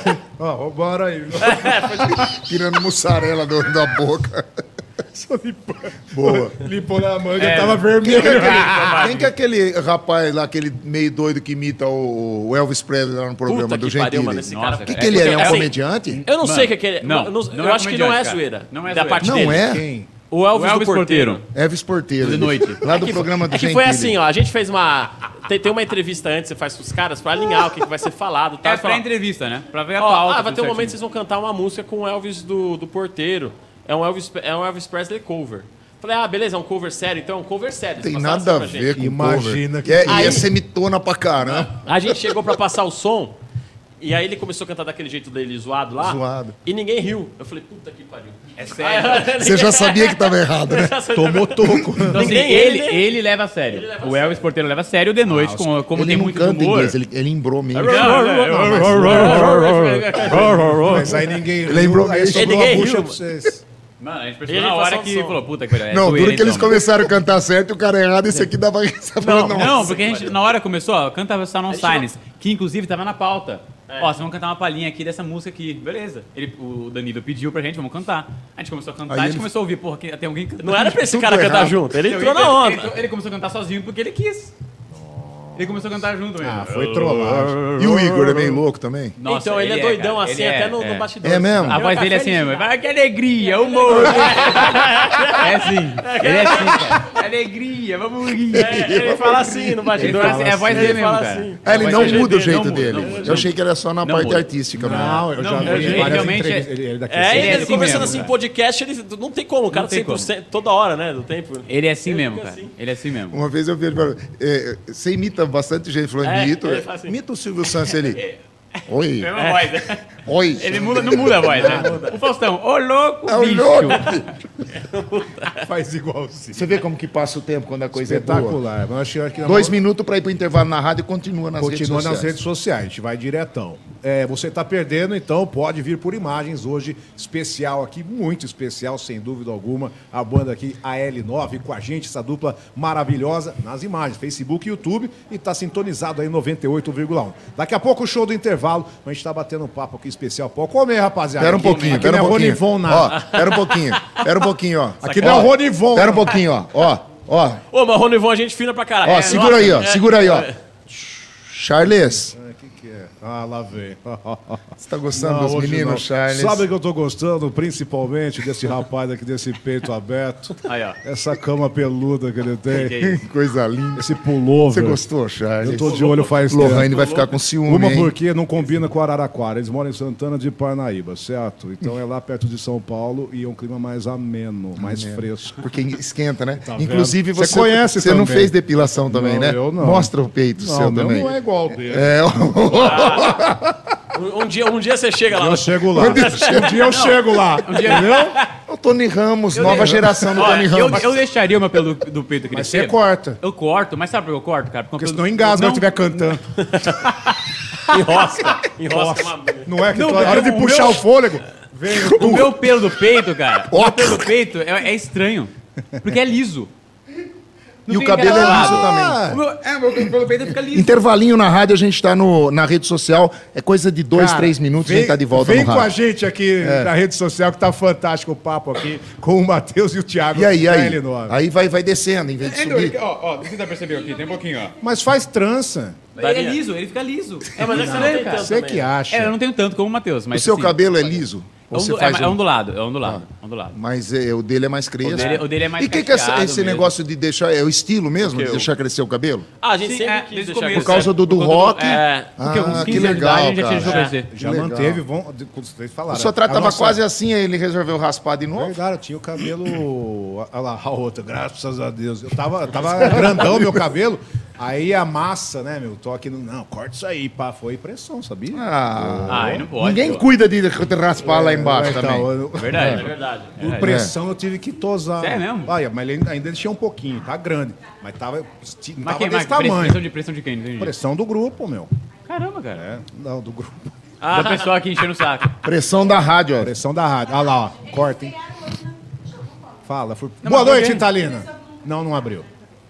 Ó, roubaram aí. Tirando mussarela do- da boca. Só limpou. Boa. Limpou na manga, É. tava vermelho. Quem que é aquele rapaz lá, aquele meio doido que imita o o Elvis Presley lá no programa Puta do que pariu, Gentili? mano, esse Nossa, cara. O que, É que ele é? Ele é um assim, comediante? Eu não Mano, sei o que, que ele é. não, eu não eu é acho que não é comediante, cara. zoeira. Não é da zoeira. parte Não dele. é? Quem? O Elvis, O Elvis do Porteiro. Porteiro. Elvis Porteiro. De noite. Lá do programa do É que Gentili. foi assim, ó. A gente fez uma. Tem, tem uma entrevista antes, você faz com os caras pra alinhar o que, que vai ser falado. Tá? É Você fala, pra entrevista, né? Pra ver a ó, pauta. ah, vai tudo ter um momento que certinho. vocês vão cantar uma música com o Elvis do, do Porteiro. É um Elvis, é um Elvis Presley cover. Falei, ah, beleza, é um cover sério, então é um cover sério. Tem Eles passaram nada a assim pra ver gente. com Imagina cover. que- É, Aí- ia ser mitona pra caramba. A gente chegou pra passar o som, e aí ele começou a cantar daquele jeito dele zoado lá. Zoado. E ninguém riu. Eu falei, puta que pariu. É sério. Aí, Você já sabia que tava errado, né? Tomou toco. Então, assim, Ninguém- ele, ele- ele leva a sério. leva a O Elvis Porteiro leva a sério de noite, como, como Ele tem não muito canta humor. inglês, ele, ele embrou mesmo. Mas aí ninguém Lembrou riu, aí mesmo. sobrou Ninguém a bucha riu, pra vocês. Mano, a gente E percebeu ele na hora passou que o som. falou, puta que pariu. é Não, zoeira, duro que eles então, começaram a cantar certo e o cara errado, esse aqui dava risada. Não, Não, não, porque a gente, na hora começou, ó, canta Sound on Silence, que inclusive tava na pauta. É. Ó, vocês vão cantar uma palhinha aqui dessa música aqui. Beleza. Ele, o Danilo pediu pra gente, vamos cantar. A gente começou a cantar, Aí a gente ele- começou a ouvir, porra, que- tem alguém cantando. Não era pra esse Tudo cara cantar errado. junto. Ele Não, entrou ele- na onda. Ele, ele começou a cantar sozinho porque ele quis. Ele começou a cantar junto mesmo. Ah, foi trollagem. E o Igor é meio louco também? Nossa, então ele, é doidão cara, assim, ele até é, no, é. no bastidor. É mesmo? A voz dele é assim mesmo. Vai, que alegria, humor. É assim. Ele é assim, cara. Que alegria, vamos rir. É, ele fala assim no bastidor. Ele fala assim, é a voz Ele dele mesmo, fala cara. assim. Ah, ele Mas não é o jeito muda o dele, jeito não muda, dele. não muda. Eu achei que era só na Não parte muda. artística mesmo. Não, eu Não, já ele- vi ele várias realmente entrevistas. é- Ele, ele daqui É, Ele ele, é assim conversando mesmo, assim em cara. podcast, ele não tem como, o cara Não tem cem por cento toda hora, né, do tempo. Ele é assim Ele mesmo, fica cara. assim. Ele é assim mesmo. Uma vez eu vi ele falando, é, você imita bastante gente falando É, mito. ele fala assim. Mito o Silvio Santos, ele. Oi, Mesma voz, né? oi. Ele muda, não muda a voz, né? O Faustão, ô louco, É o bicho. louco. faz igualzinho. Você vê como que passa o tempo quando a coisa é boa. Espetacular. Mas eu acho que Dois minutos para ir pro intervalo na rádio e continua nas redes Continua sociais. nas redes sociais, a gente vai diretão. É, você está perdendo, então pode vir por imagens hoje, especial aqui, muito especial, sem dúvida alguma. A banda aqui, a L nove, com a gente, essa dupla maravilhosa, nas imagens, Facebook e YouTube, e está sintonizado aí noventa e oito vírgula um. Daqui a pouco o show do intervalo, a gente está batendo um papo aqui especial. Pode comer, rapaziada. Pera um Aqui- pouquinho, aqui pera um não é pouquinho. Ronivon, nada. Ó, pera um pouquinho, pera um pouquinho, ó. Aqui não é Ó, Ronivon. Pera um pouquinho, ó. Ó, Ó, Ô, mas o Ronivon, a gente fina pra caralho. ó, É, segura nossa, aí, ó. é, Segura aí, ó. é. Charles, O que, que é? Ah, lá vem. você tá gostando Não, dos hoje meninos, não. Charles? Sabe que eu tô gostando principalmente desse rapaz aqui, desse peito aberto. Aí, ó. Essa cama peluda que ele tem. Que isso? Coisa linda. Esse pullover. Você gostou, Charles? Eu tô de olho faz Lohane tempo. vai ficar com ciúme, Uma hein? porque não combina com Araraquara. Eles moram em Santana de Parnaíba, certo? Então é lá perto de São Paulo e é um clima mais ameno, mais fresco. Porque esquenta, né? Tá vendo? Inclusive, Você você, conhece você não também. fez depilação também, Não, né? eu não. Mostra o peito Não, seu meu também. não é igual ao dele. É, Um, um dia, um dia você chega lá. Eu chego lá. Um dia eu chego lá. Entendeu? o Tony Ramos, Eu nova dei- geração do Olha, Tony eu, Ramos. eu deixaria o meu pelo do, do peito Mas crescer. você corta. Eu corto, mas sabe por que eu corto, cara? Porque senão engasga quando estiver cantando. Enrosca. Enrosca uma... Não é que Não, tu- na hora de o puxar meu- o fôlego, vem o O meu pelo do peito, cara, o meu pelo do peito é, é estranho. Porque é liso. Não E o tem cabelo é aquela- liso também. O meu, é, o meu pelo do peito fica liso. Intervalinho na rádio, a gente tá no, na rede social. É coisa de dois, Cara, três minutos, a vem, gente tá de volta Vem no com a rádio. gente aqui na rede social, que tá fantástico o papo aqui, com o Matheus e o Thiago. E aí, da aí? L nove. Aí vai, vai descendo, em vez de É, subir. ó, ó, não sei se percebeu aqui, tem um pouquinho, ó. Mas faz trança. Ele é Daria. liso, ele fica liso. É, mas é que você não tem tanto Você também. que acha. É, eu não tenho tanto como o Matheus, O mas seu assim, cabelo é liso? É, Ou você ondu- faz é, é um- ondulado, é ondulado, ondulado. Mas é, o dele é mais crespo. O dele- o dele é mais E o que, que é essa- cacheado esse mesmo. negócio de deixar... É o estilo mesmo, Porque de eu- deixar crescer o cabelo? Ah, a gente Sim, sempre é, quis desde o deixar começo. Por causa do, do Por rock? É. Porque Ah, uns que quinze anos de legal, idade a gente já cara. deixou crescer. Já legal. manteve, vão, como vocês falaram. O Sotrato a tava nossa- quase assim, aí ele resolveu raspar de novo. Verdade, eu tinha o cabelo. Olha lá, a outra, graças a Deus. Eu tava, tava grandão meu cabelo. Aí a massa, né, meu? Tô aqui no. Não, corta isso aí, pá. Foi pressão, sabia? Ah, Ah, aí não pode. ninguém pô. cuida de raspar lá embaixo Então, também. eu- É Verdade. verdade. Por pressão eu tive que tosar. Sério mesmo? Olha, mas ele ainda deixei um pouquinho, tá grande. Mas tava, não Mas tava quem, desse mas pressão tamanho. de pressão de quem? Não entendi. Pressão do grupo, meu. Caramba, cara. É, não, do grupo. Da pessoa aqui enchendo o saco. Pressão da rádio, ó. Pressão da rádio. Olha lá, ó. Corta, hein? Fala. Fur... Não, Boa mas noite, alguém- Italina. Não, não abriu.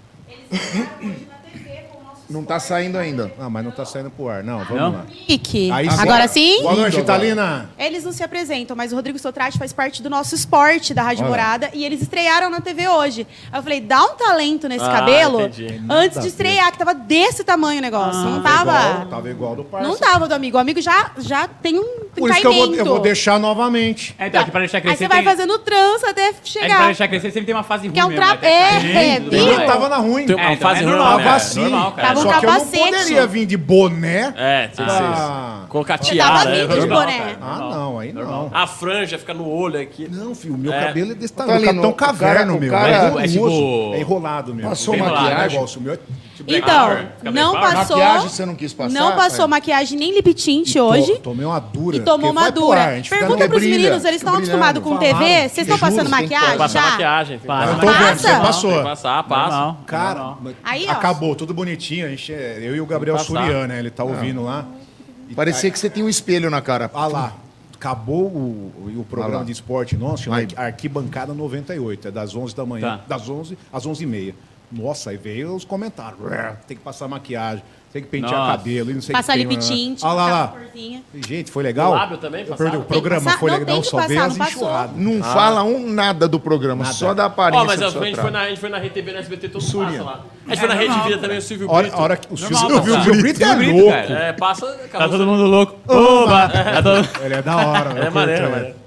Não tá saindo ainda. Não, mas não tá saindo pro ar. Não, vamos Não? lá. Ike. Aí Agora sim? Boa noite, Lindo agora. Italina. Eles não se apresentam, mas o Rodrigo Sotrate faz parte do nosso esporte da Rádio Olha. Morada e eles estrearam na T V hoje. Aí eu falei, dá um talento nesse Ah, cabelo entendi. antes a de ver. estrear, que tava desse tamanho o negócio. não tava. Igual, tava igual do parça. Não tava do amigo. O amigo já, já tem um Por isso que eu vou, caimento. eu vou deixar novamente. É, então, que pra deixar Aí crescer você vai tem... fazendo trança até É que pra chegar. deixar crescer sempre tem uma fase ruim Que é um mesmo, tra- até é, ficar é, lindo, viu? né? Eu tava na ruim. Tem É, uma então fase é ruim, normal, né? Tava é assim. normal, cara. Tava um Só que eu não capacete. poderia vir de boné. É, tem que ser Ah. isso. Colocar Você tava tiara. vindo né? de normal, boné. cara. Ah, não, aí não. A franja fica no olho aqui. Não, filho, meu É. cabelo é desse Tá tamanho. ali Capitão no- o Caverna, cara- o meu. cara- é, é tipo- tipo... é enrolado mesmo. Passou Bem maquiagem? enrolado, negócio. O meu é tipo Black Então, Power. Fica não Black Power. passou. Maquiagem você não quis passar, Não passou pai? maquiagem nem lip tint hoje. To- Tomei uma dura. E tomou porque uma vai pro ar, a dura. gente fica Pergunta no- pros brilha, meninos, eles estão fica acostumados com brilhando. T V? Falaram. Vocês estão passando Justo, tem que maquiagem Passar já? maquiagem. Tem que Passa. Eu passar. tô vendo, Passa? você passou. Tem que passar, passa. Normal. Cara, Normal. mas Aí, ó. acabou, tudo bonitinho. A gente, é- eu e o Gabriel Tem que passar. Surian, né? Ele tá ouvindo lá. E Parecia que você tinha um espelho na cara. Ah lá, acabou o, o, o programa Ah lá. de esporte nosso, chama Aí. Arquibancada noventa e oito, é das onze da manhã, Tá. das onze às onze e meia. Nossa, aí veio os comentários, tem que passar maquiagem, tem que pentear Nossa. cabelo, e não sei Passar o que lip tem, tint, Ah lá, passar lá. corzinha. E, gente, foi legal? O lábio também Eu passaram? perdi, o Tem que programa passar. foi Não, legal, tem não que só passar, veio as não passou. enxurradas. Não fala um nada do programa, Nada. só da Ó, aparência mas do a seu gente, foi trato. na, a gente foi na Rede T V, na S B T, todo mundo Surya. passa lá. A gente foi na Rede normal. Vida também, o Silvio A hora, Brito. a hora que o Normal, Silvio passar. Brito, Brito é Silvio Brito, louco. cara. É, passa... Tá todo mundo louco. Oba! Tá todo... Ele é da hora. É eu maneiro, curto, maneiro.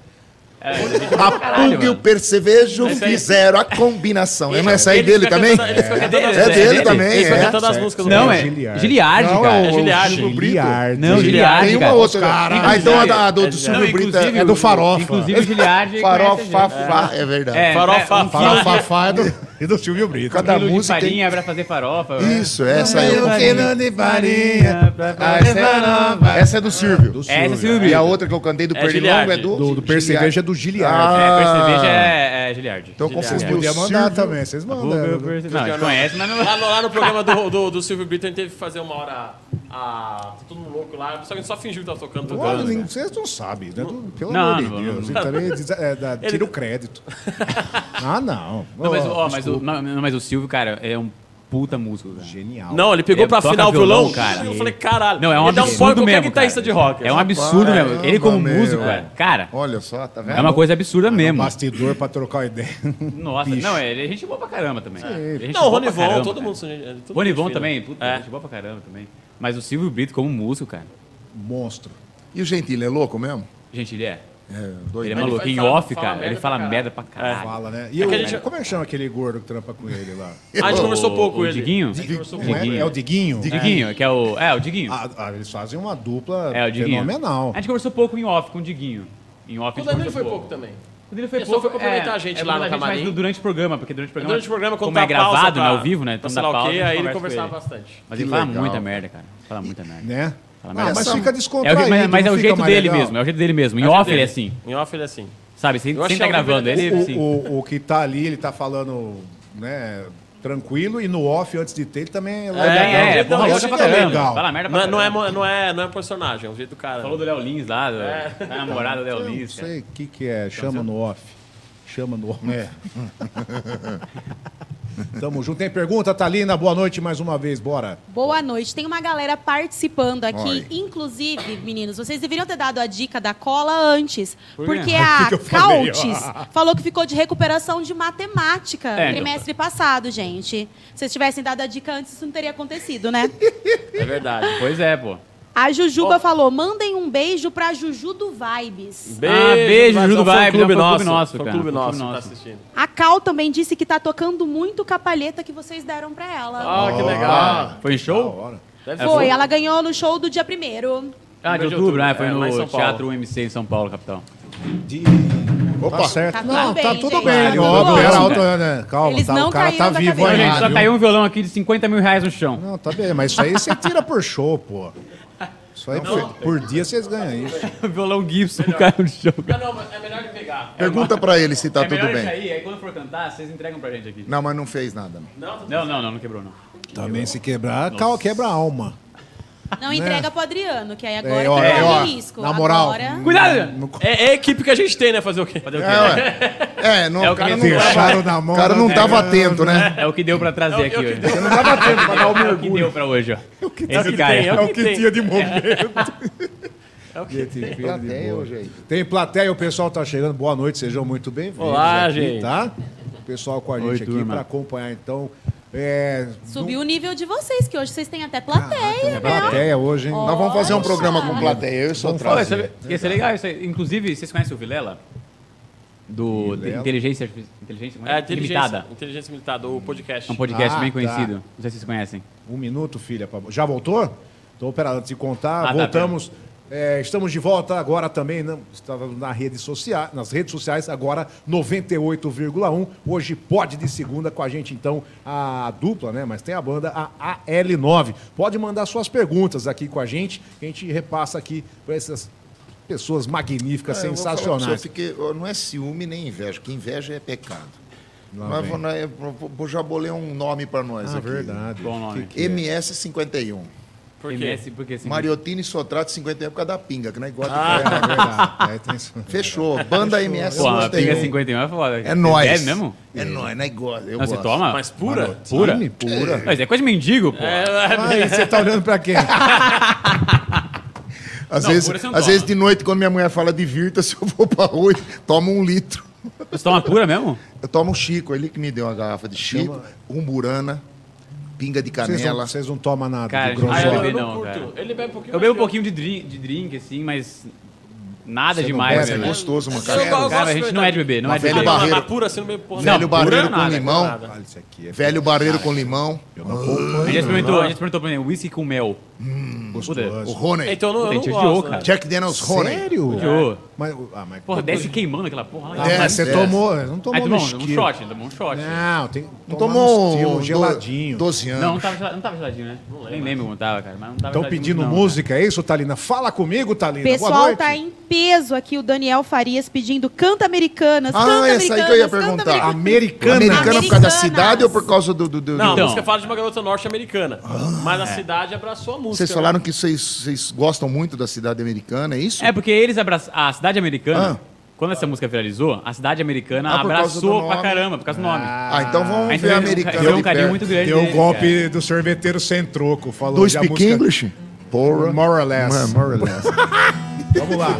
A Pug e o Percevejo Esse aí- fizeram a combinação. Não é essa aí Ele dele fica também? cantando- ele fica É cantando dele, as- é dele também, Ele fica é. cantando as músicas do Não, Brito. é Giliard. Giliard, Não, cara. é o Giliard. Silvio Brito. Giliard. Não, Giliard, Tem uma cara. outra. Caralho. Ah, então a da- do, do É, Silvio Não, Brito inclusive, é, é do Farofa. Inclusive o Giliard Farofa, conhece a gente. Fafá, é verdade. É, Farofa, é, um Fafá. Fala, Fafá é do, e do Silvio Brito. Cada quilo de música tem- farinha pra fazer farofa. Isso, essa aí. Eu quero de farinha. Ah, essa, é, essa é do Silvio. Essa é Silvio E Brito. a outra que eu cantei do É Pernilongo é Giliard. do... Do, do Percevejo é do Giliard. Ah. É, perceveja é, é Giliard. Então Giliard. confundi Podia o mandar Silvio. também, vocês mandam. Não, a gente conhece, mas não... Lá no, lá no programa do, do, do Silvio Brito, a gente teve que fazer uma hora. A, tá todo mundo louco lá. Só que a gente só fingiu que tava tocando. Olha, tocando. nem- vocês não sabem, né? Tu- Pelo Não, amor de não, Deus. não, Então ele diz- é, dá- tira o crédito. Ah, não. Não, mas, Ó, ó, mas, o, desculpa. não, não, mas o Silvio, cara, é um puta músico, cara. Genial. Não, ele pegou Ele pra toca afinar o violão, violão, cara. Eu falei, caralho. Não, é um ele dá um absurdo pau em qualquer mesmo, guitarrista cara. de rock. É um assim. absurdo Caramba, mesmo. Ele como meu. músico, cara. Cara, Olha só, tá vendo? é uma coisa absurda mesmo. Bastidor pra trocar ideia. Nossa, Bicho. não, ele é gente boa pra caramba também. Ele é gente Não, o boa pra Ronivon, caramba, todo cara. mundo. são gente- é tudo Ronivon gente fina. também, puta, É. gente boa pra caramba também. Mas o Silvio Brito como músico, cara. Monstro. E o Gentili é louco mesmo? Gente, ele é. É, doido. Ele é Mas ele maluco. Em fala- off, fala cara, merda ele fala pra merda pra caralho. Fala, né? E É o, que a gente- como é que chama aquele gordo que trampa com ele lá? Ah, a gente conversou O- pouco com o ele. Diguinho? A gente conversou Não pouco. é, Diguinho. é o Diguinho? Diguinho, que é o. É, o Diguinho. Ah, ah, eles fazem uma dupla É, o Diguinho. fenomenal. A gente conversou pouco em off com o Diguinho. Em off O a gente Danilo conversou foi pouco também. O Danilo foi Ele só pouco. foi cumprimentar é, a gente é lá no verdade, camarim. Mas durante o programa, porque durante o programa. Durante o programa, quando como é tá pausa gravado, pra- né, ao vivo, né? pra Então sei dá lá o pausa. quê, a gente aí ele conversa com conversava ele. bastante. Mas Que ele fala legal, muita cara. merda, cara. Fala muita merda. Né? Fala Ah, merda. mas Essa- fica É o descontraído. jeito, mas, mas é não o fica jeito mais dele legal? mesmo. É o jeito dele mesmo. Em É o jeito off ele é dele. assim. Em off ele é assim. Sabe? Sem, Eu sem achei tá ao vivo gravando. ele- Ele, O, sim. o, o que tá ali, ele tá falando, né, tranquilo, e no off, antes de ter, ele também é legal. É, é, Então, porra eu louca achei pra que é caramba. legal. Fala merda Não pra é, não, é, caramba. mo- não, é, não é um personagem, é um jeito do cara. Falou do Léo Lins lá, do- É. da namorada do Léo Eu não Lins, cara. sei o que que é, chama no off. Chama no off. É. Tamo junto. Tem pergunta, Thalina? Boa noite mais uma vez, bora. Boa noite. Tem uma galera participando aqui. Oi. Inclusive, meninos, vocês deveriam ter dado a dica da cola antes. Por quê? Porque O a que que eu falei? Cautes falou que ficou de recuperação de matemática É, no trimestre passado, gente. Se vocês tivessem dado a dica antes, isso não teria acontecido, né? É verdade. Pois é, pô. A Jujuba Ó. falou: mandem um beijo pra Juju do Vibes. Ah, beijo, mas Juju é do o fã Vibe, clube é o fã nosso. clube nosso, Fã cara, clube fã clube nosso que tá nosso. assistindo. A Cal também disse que tá tocando muito com a palheta que vocês deram pra ela. Ah, que legal. Foi em Da show? hora. Deve Foi, ser. ela ganhou no show do dia primeiro. Ah, de Mês de outubro, né? outubro, Foi é, lá em no São Paulo. Teatro U M C em São Paulo, capital. De... Opa. Tá certo. Tá tudo não, bem, tá tudo gente. bem. Tá tudo Ó, bom. pera, alto, né? Calma, Eles tá, não o cara tá caíram da vivo cadeira. aí. Gente, só viu? caiu um violão aqui de cinquenta mil reais no chão. Não, tá bem, mas isso aí você tira por show, pô. Isso aí por, por dia vocês ganham isso. O violão Gibson caiu no chão. Ah, não, mas é melhor de pegar. Pergunta pra ele se tá é tudo melhor bem. isso aí, aí quando for cantar, vocês entregam pra gente aqui. Não, mas não fez nada. não. Não, tá Não, não, não, não quebrou, não. Também se quebrar, cal- quebra a alma. Não entrega pro Adriano, que aí agora É, ó, que é, ó, corre risco. na moral, Agora... Cuidado! É, é a equipe que a gente tem, né? Fazer o quê? Fazer o quê? É, ué. É, não, É o o que cara ele não Deixaram tava, na mão o cara da não tava Adriana. atento, né? É o que deu pra trazer É o aqui que hoje. deu. Não tava atento pra dar o É o que mergulho. deu pra hoje, ó. É o Esse que cara. tem, É o que tem. tinha de momento. É o que tem. Plateia hoje aí. Tem plateia, o pessoal tá chegando. Boa noite, sejam muito bem-vindos. Olá, aqui, gente. Tá? O pessoal com a gente Oi, aqui turma. para acompanhar, então. É, Subiu o nível de vocês, que hoje vocês têm até plateia, tem né? plateia hoje, hein? Nós vamos fazer um Nossa. programa com plateia, eu e sou Olha, trazer. sabe, ia ser legal isso aí. Inclusive, vocês conhecem o Vilela? Do Vilela? Inteligência Artifici- Inteligência, como É, é? inteligência, Limitada. inteligência limitada, o podcast. É um podcast Ah, bem tá. conhecido. Não sei se vocês conhecem. Um minuto, filha. pra- Já voltou? Então, pera, antes de contar, Ah, tá, voltamos. É, estamos de volta agora também, não, estávamos na rede social, nas redes sociais, agora noventa e oito vírgula um. Hoje pode de segunda com a gente, então, a dupla, né? Mas tem a banda, a A L nove. Pode mandar suas perguntas aqui com a gente, que a gente repassa aqui para essas pessoas magníficas, É, eu vou falar pra você, sensacionais. eu fiquei- eu- não é ciúme nem inveja, que inveja é pecado. Lá Mas vem. vou, né, vou- vou já bolei um nome pra nós Ah, aqui. verdade. Bom nome. Que que é? M S cinquenta e um. Por quê? M S, porque assim, Mariotini Sotrato cinquenta e um por causa da pinga, que não é igual de É, é verdade. É, tem isso. Fechou. Banda M S Pô, a cinquenta e pinga um. cinquenta e um é foda. É nóis. É mesmo? É nóis, não é igual. Eu Não, você gosto. toma? Mas pura? Pura? Time pura. Mas é coisa de mendigo, pô. É, é, Aí, você tá olhando pra quem? Às, Não, vezes, pura você não às toma. vezes de noite, quando minha mulher fala divirta, se eu vou pra rua, tomo um litro. Você toma pura mesmo? Eu tomo um Chico, ele que me deu uma garrafa de Chico, umburana, pinga de Vocês não, canela. vocês não tomam nada Cara, de gente, Ah, eu, groselha. bebe eu não não, curto. cara. Ele bebe um pouquinho Eu mais bebo um que pouquinho de drink, de drink, assim, mas nada Você não demais, bebe, É velho. gostoso, uma Eu cara. gosto Cara, a de gente verdade. não é de beber, não Uma é de velha beber. Ah, não, barreiro. mas pura assim não bebe porra Velho nenhuma. barreiro Pura com nada, limão. nada. Olha, isso aqui é Velho barreiro com limão. Eu não acompanho. A gente experimentou, a gente experimentou, por exemplo, whisky com mel. Gostoso. O Rony. Então eu não, eu Tem não tio gosto, Diogo, né? cara. Jack Daniels Rony. Sério? Jô. Mas, ah, mas, Porra, desce queimando aquela porra lá. ah, É, mas você é. tomou, não tomou Aí no tomou um esquilo. shot, tomou um shot. Não, tem Não tomar tomou no estilo, um geladinho. doze anos. Não, não tava, gelado- não tava geladinho, né? Nem lembro como tava, cara. Mas não tava Estão geladinho pedindo não, música, é isso, Thalina? Fala comigo, O Thalina. Boa pessoal noite. tá em peso aqui, o Daniel Farias pedindo canta americanas, Ah, canta essa aí que eu ia americanas, canta perguntar. americanas. Americana. Americana por causa da Americanas. cidade ou por causa do... do, do- Não, a Então. música fala de uma garota norte-americana. Mas a cidade abraçou a música. Vocês falaram que vocês, vocês gostam muito da cidade americana, é isso? É porque eles abraçam. A cidade americana, Ah. Quando essa música viralizou, a cidade americana Ah, por causa do abraçou pra nome. caramba, por causa do nome. Ah, então vamos A gente ver a deu um- americana deu um de carinho perto. muito grande Deu o dele, golpe cara. do sorveteiro sem troco. Falou Do já a Speak música- English? Porra. More or less. É, more or less. Vamos lá.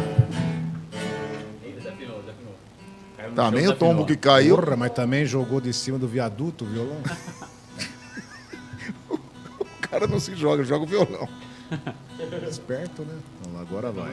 Tá, nem o tombo que caiu. Porra, mas também jogou de cima do viaduto o violão. O cara não se joga, joga o violão. Esperto, né? Vamos lá, agora vai.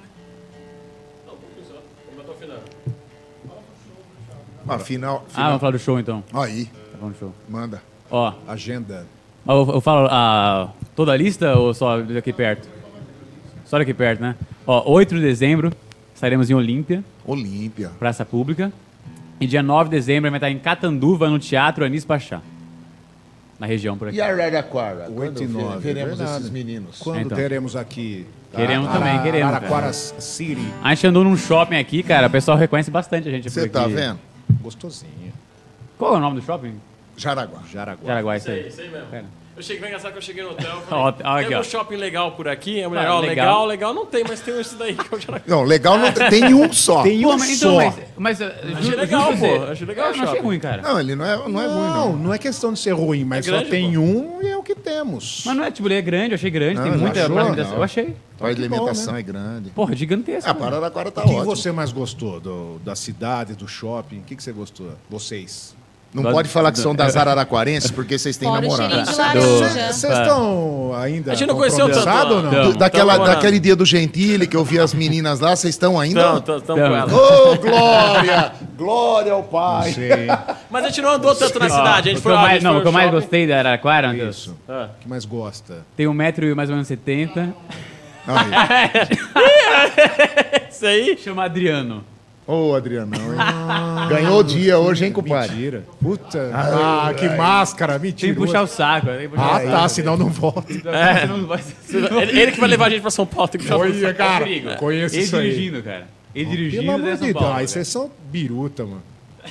Afinal, Ah, vamos falar do show então. aí, Tá bom, show. manda. Ó, Agenda. eu, eu falo a, toda a lista ou só daqui perto? Só daqui perto, né? Ó, oito de dezembro, estaremos em Olímpia, Olímpia. praça pública. E dia nove de dezembro vai estar em Catanduva, no Teatro Anis Pachá. Na região por aqui. E Araraquara? Oito e Quando nove, veremos verdade. esses meninos? Quando Então. teremos aqui? Queremos Ara- também, queremos, Araraquara cara. City. A gente andou num shopping aqui, cara, o pessoal reconhece bastante a gente por Você aqui. tá vendo? Gostosinho. Qual é o nome do shopping? Jaraguá. Jaraguá. Jaraguá, isso Isso aí, aí. isso aí mesmo. Pera. Eu cheguei, vai engraçado que eu cheguei no hotel. Ó, ó, Falei, aqui, tem ó. um shopping legal por aqui? É Ah, legal, legal. legal, legal. Não tem, mas tem esse daí que é o Jaraguá. Não, legal não tem, tem um só. Tem Pô, um mas, só. então, mas, mas uh, Achei ju- legal, juro pra pô. você, Achei legal eu o não achei shopping. ruim, cara. Não, ele não é, não é ruim, Não, não. não é questão de ser ruim, mas É só grande, tem pô. um e é o que temos. Mas não é, tipo, ele é grande, eu achei grande, Não, tem ele muita achou? alimentação. Não. Eu achei. A alimentação bom, é grande. Porra, gigantesco. A né? Araraquara tá O que ótimo. você mais gostou do- da cidade, do shopping? O que, que você gostou? Vocês. Não Do- pode falar que são do- das araraquarenses, porque vocês têm Fora o namorado. cheirinho de laranja. Vocês estão ainda A gente não conheceu tanto, compromissado ou não? não. Do- daquela, Tamo namorando. daquele dia do Gentili que eu vi as meninas lá, vocês estão ainda? Então, estamos com Então. ela. Ô, glória! Glória ao Pai! Sei. Mas a gente não andou tanto na Ó, cidade. A gente o que foi eu lá, a mais, gente não, foi o que eu no mais shopping. gostei da Araraquara, Matheus, Isso. Ah. O que mais gosta? tem um metro e mais ou menos setenta, Aí. Isso aí. chama Adriano. Ô, Adrianão, hein? Ganhou o dia hoje, hein, compadre? Mentira. Puta. Ah, que máscara. Tem Mentira. que puxar o saco. Tem que puxar Ah, o saco. tá. Senão não volta. É. Não vai ser- Ele, ele que vai levar a gente pra São Paulo. Tem que puxar o Olha, saco. cara. perigo. Conheço Ele isso aí. dirigindo, cara. Ele Pelo dirigindo amor é de São Deus. Paulo. Aí cara. vocês são biruta, mano.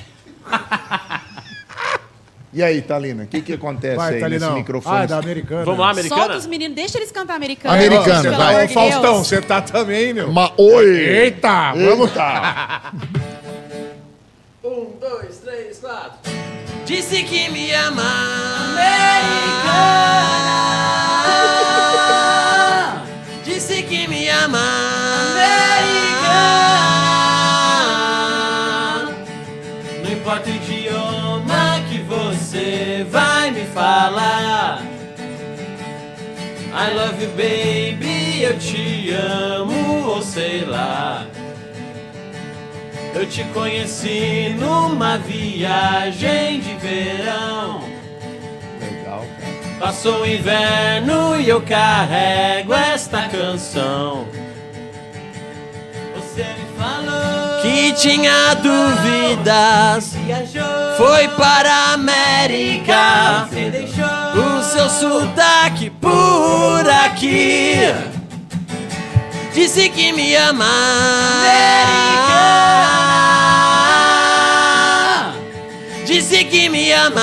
E aí, Thalina, o que, que acontece Vai, aí tá ali nesse não. microfone? Ah, é da americana. Vamos lá, Solta americana? os meninos, deixa eles cantar americano. Americana, Pelo vai. amor Ô, de Faustão, Deus. você tá também, meu. Ma Oi! Eita, vamos. Um, dois, três, quatro. Disse que me ama. Americana. Disse que me ama. Americana. Não importa o idioma que você vai me falar. I love you, baby. Eu te amo, ou sei lá. Eu te conheci numa viagem de verão. Legal, cara. Passou o inverno e eu carrego esta canção. Você me falou que tinha dúvidas. Foi para a América. Você deixou o seu sotaque por aqui. Disse que me ama. Americana. Disse que me ama.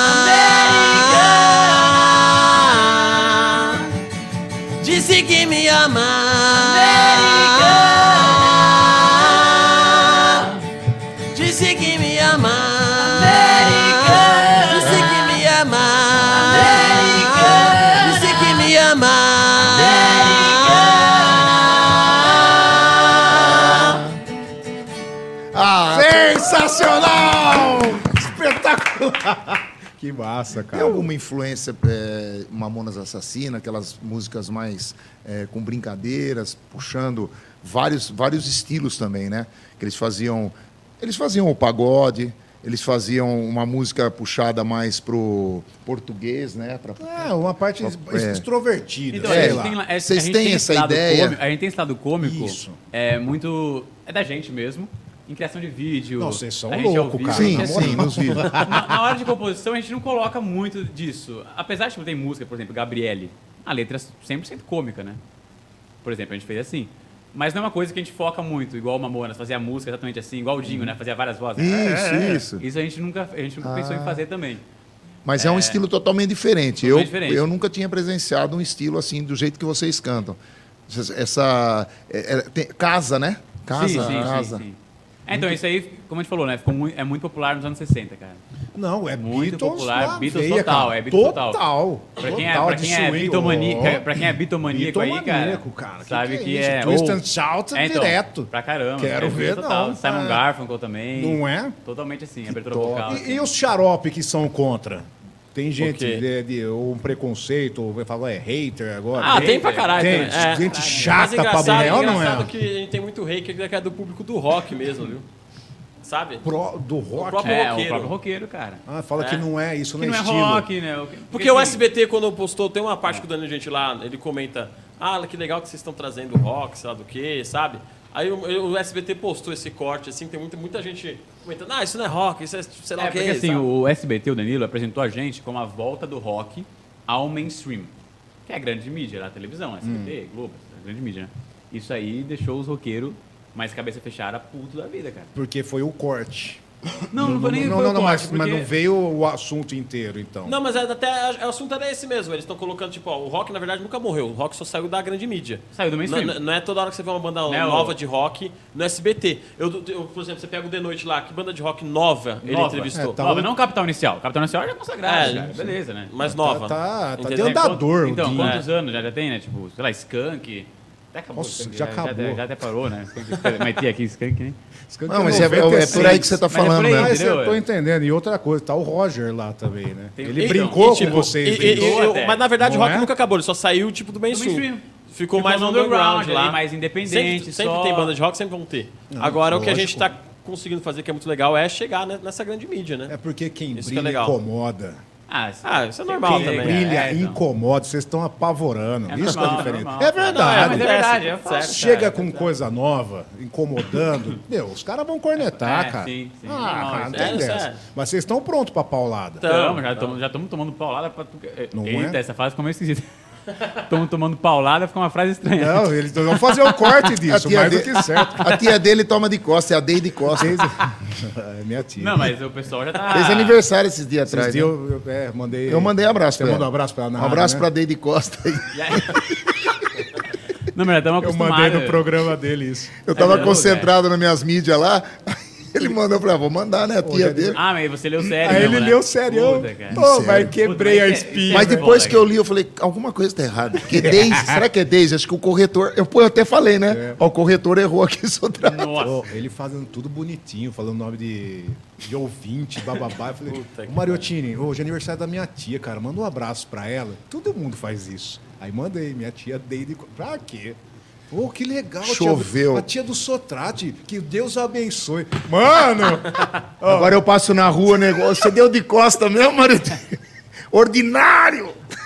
Americana. Disse que me ama. Americana. Disse que me ama. Americana. Disse que me ama. Americana. Disse que me ama. Ah, Sensacional! Espetacular! Que massa, tem cara. alguma influência, é, Mamonas Assassina, aquelas músicas mais é, com brincadeiras, puxando vários, vários estilos também, né? Que eles faziam, eles faziam o pagode, eles faziam uma música puxada mais pro português, né? Pra, É, uma parte É. extrovertida, Então, sei a gente lá. tem, lá- é- Vocês a gente têm tem essa esse lado ideia? cômico- a gente tem esse lado cômico. Isso. É muito. É da gente mesmo. Em criação de vídeo. Não, vocês são a gente ao louco, vivo, cara. sim, a gente é sim, nos vídeos. Na, na hora de composição, a gente não coloca muito disso. Apesar de que tem música, por exemplo, Gabriele, a letra é cem por cento cômica, né? Por exemplo, a gente fez assim. Mas não é uma coisa que a gente foca muito, igual o Mamonas, fazia a música exatamente assim, igual o Dinho, né? Fazia várias vozes. Isso, É, isso. Isso a gente nunca, a gente nunca pensou em fazer também. Mas é, um estilo totalmente diferente. Totalmente eu, diferente. eu nunca tinha presenciado um estilo assim, do jeito que vocês cantam. Essa. Essa- é- é- tem- casa, né? Casa, sim, sim, casa. sim, sim. É, então, isso aí, como a gente falou, né? Ficou muito, é muito popular nos anos sessenta, cara. Não, é Muito Beatles popular, na Beatles veia, total, cara. é Beatles total. Total. Pra quem é, Total pra de quem é, swing, bitomaníaco, ó. pra quem é bitomaníaco aí, cara, Bitomaníaco, cara. sabe que, que, é, é... isso? Twist ou- and Shout é, então, direto. Pra caramba. Quero é ver, total. não, Simon é. Garfunkel também. Não é? Totalmente assim, abertura Top. vocal. E, assim. e os xarope que são contra? Tem gente quê? de, de um preconceito, ou vai falar é hater agora. Ah, tem pra caralho. Tem, também. É. gente Mas chata pra engraçado, mulher, ou não engraçado é? que a gente tem muito hater que é do público do rock mesmo, viu? Sabe? Pro- do rock? próprio É, roqueiro. o próprio roqueiro, cara. Ah, fala É. que não é, isso Que não não é é estilo. rock, né? O que- Porque o assim, S B T, quando postou, tem uma parte que o Danilo Gentili ele comenta, ah, que legal que vocês estão trazendo rock, sei lá do que, sabe? Aí o, o S B T postou esse corte, assim, tem muita, muita gente comentando, ah, isso não é rock, isso é sei lá É, o que, porque assim, sabe? o S B T, o Danilo, apresentou a gente como a volta do rock ao mainstream. Que é a grande mídia, a televisão, S B T, Globo, a grande mídia, né? Isso aí deixou os roqueiros mais cabeça fechada, puto da vida, cara. Porque foi o corte. Não, não, foi nem não, foi não, o não, mas, corte, mas porque- não veio o assunto inteiro, então. Não, mas é, até o assunto era esse mesmo. Eles estão colocando, tipo, ó, o rock na verdade nunca morreu. O rock só saiu da grande mídia. Saiu do mainstream. Não, não é toda hora que você vê uma banda Né, nova o- de rock no S B T. Eu, eu, por exemplo, você pega o The Noite lá, que banda de rock nova ele Nova. entrevistou. É, tá- Nova, não Capital Inicial. Capital Inicial já é consagrado, É, cara. Beleza, né? Mais Tá, nova. tá, tá Entendeu? de andador. Então, o Dinho. quantos anos já, já tem, né? Tipo, sei lá, Skunk. Até acabou. Nossa, Skunk, já Já, acabou. já até parou, né? Skunk, mas tem aqui Skunk, né? Skunk Não, mas é, é- é por aí que você tá Mas é por falando, aí, né? Mas entendeu? eu tô entendendo. E outra coisa, tá o Roger lá também, né? Tem- Ele então, brincou E, tipo, com vocês. e- e- nisso. e- eu- até. mas na verdade Não o rock é? nunca acabou, ele só saiu tipo do Do mainstream. mainstream. Ficou, mais no no underground ali, lá. mais independente, Sempre, sempre só. tem banda de rock, sempre vão ter. Agora o que a gente lógico. tá conseguindo fazer, que é muito legal, é chegar ne- nessa grande mídia, né? É porque quem Isso que é brilha legal. incomoda. Ah, Ah, isso é normal Quem também. brilha É, então. incomoda. Vocês estão apavorando. É Isso que é normal, diferente. normal. É Não, é, verdade. mas é verdade, eu Certo. faço. Chega cara, com coisa nova, incomodando, meu, os caras vão cornetar, É, cara. sim, sim, ah, normal, não isso tem é, isso dessa. é. Mas vocês estão prontos pra paulada. Tamo, já estamos já tamo tomando paulada pra tu... Não Eita, é? essa frase ficou meio esquisita. Estamos tomando paulada, fica uma frase estranha. Não, eles vão fazer o corte disso, tia mais do de- que certo. A tia dele toma de costa, é a Deide Costa. É minha tia. Não, mas o pessoal já tá... Fez aniversário esses dias Esses atrás. dias né? eu, eu- é, mandei. Eu mandei abraço Você pra mandou um ela. abraço pra ela na Um rádio, abraço né? pra Deide Costa aí. Não, mas já estamos Eu acostumados. mandei no programa dele isso. Eu tava não, concentrado nas minhas mídias lá. Ele mandou pra vou mandar, né? A tia já dele. Ah, mas você leu sério, Aí mesmo, ele né? leu serião. Puta, cara. Pô, mas Sério. quebrei Puta, a mas é- espinha. Mas é depois foda, que eu li, eu falei, alguma coisa tá errada. Porque Deise, será que é Deise? Acho que o corretor. Eu, pô, eu até falei, né? É. Ó, o corretor errou aqui outra. Nossa. Ó, ele fazendo tudo bonitinho, falando nome de, de ouvinte, bababá. Eu falei, Puta que ô Mariottini, hoje é aniversário da minha tia, cara. Manda um abraço pra ela. Todo mundo faz isso. Aí mandei, minha tia Deide. Pra quê? Pô, que legal, Choveu. Tia, a tia do Sotrate. Que Deus a abençoe. Mano! Agora eu passo na rua, negócio. Você deu de costa mesmo, Mariottini? Ordinário!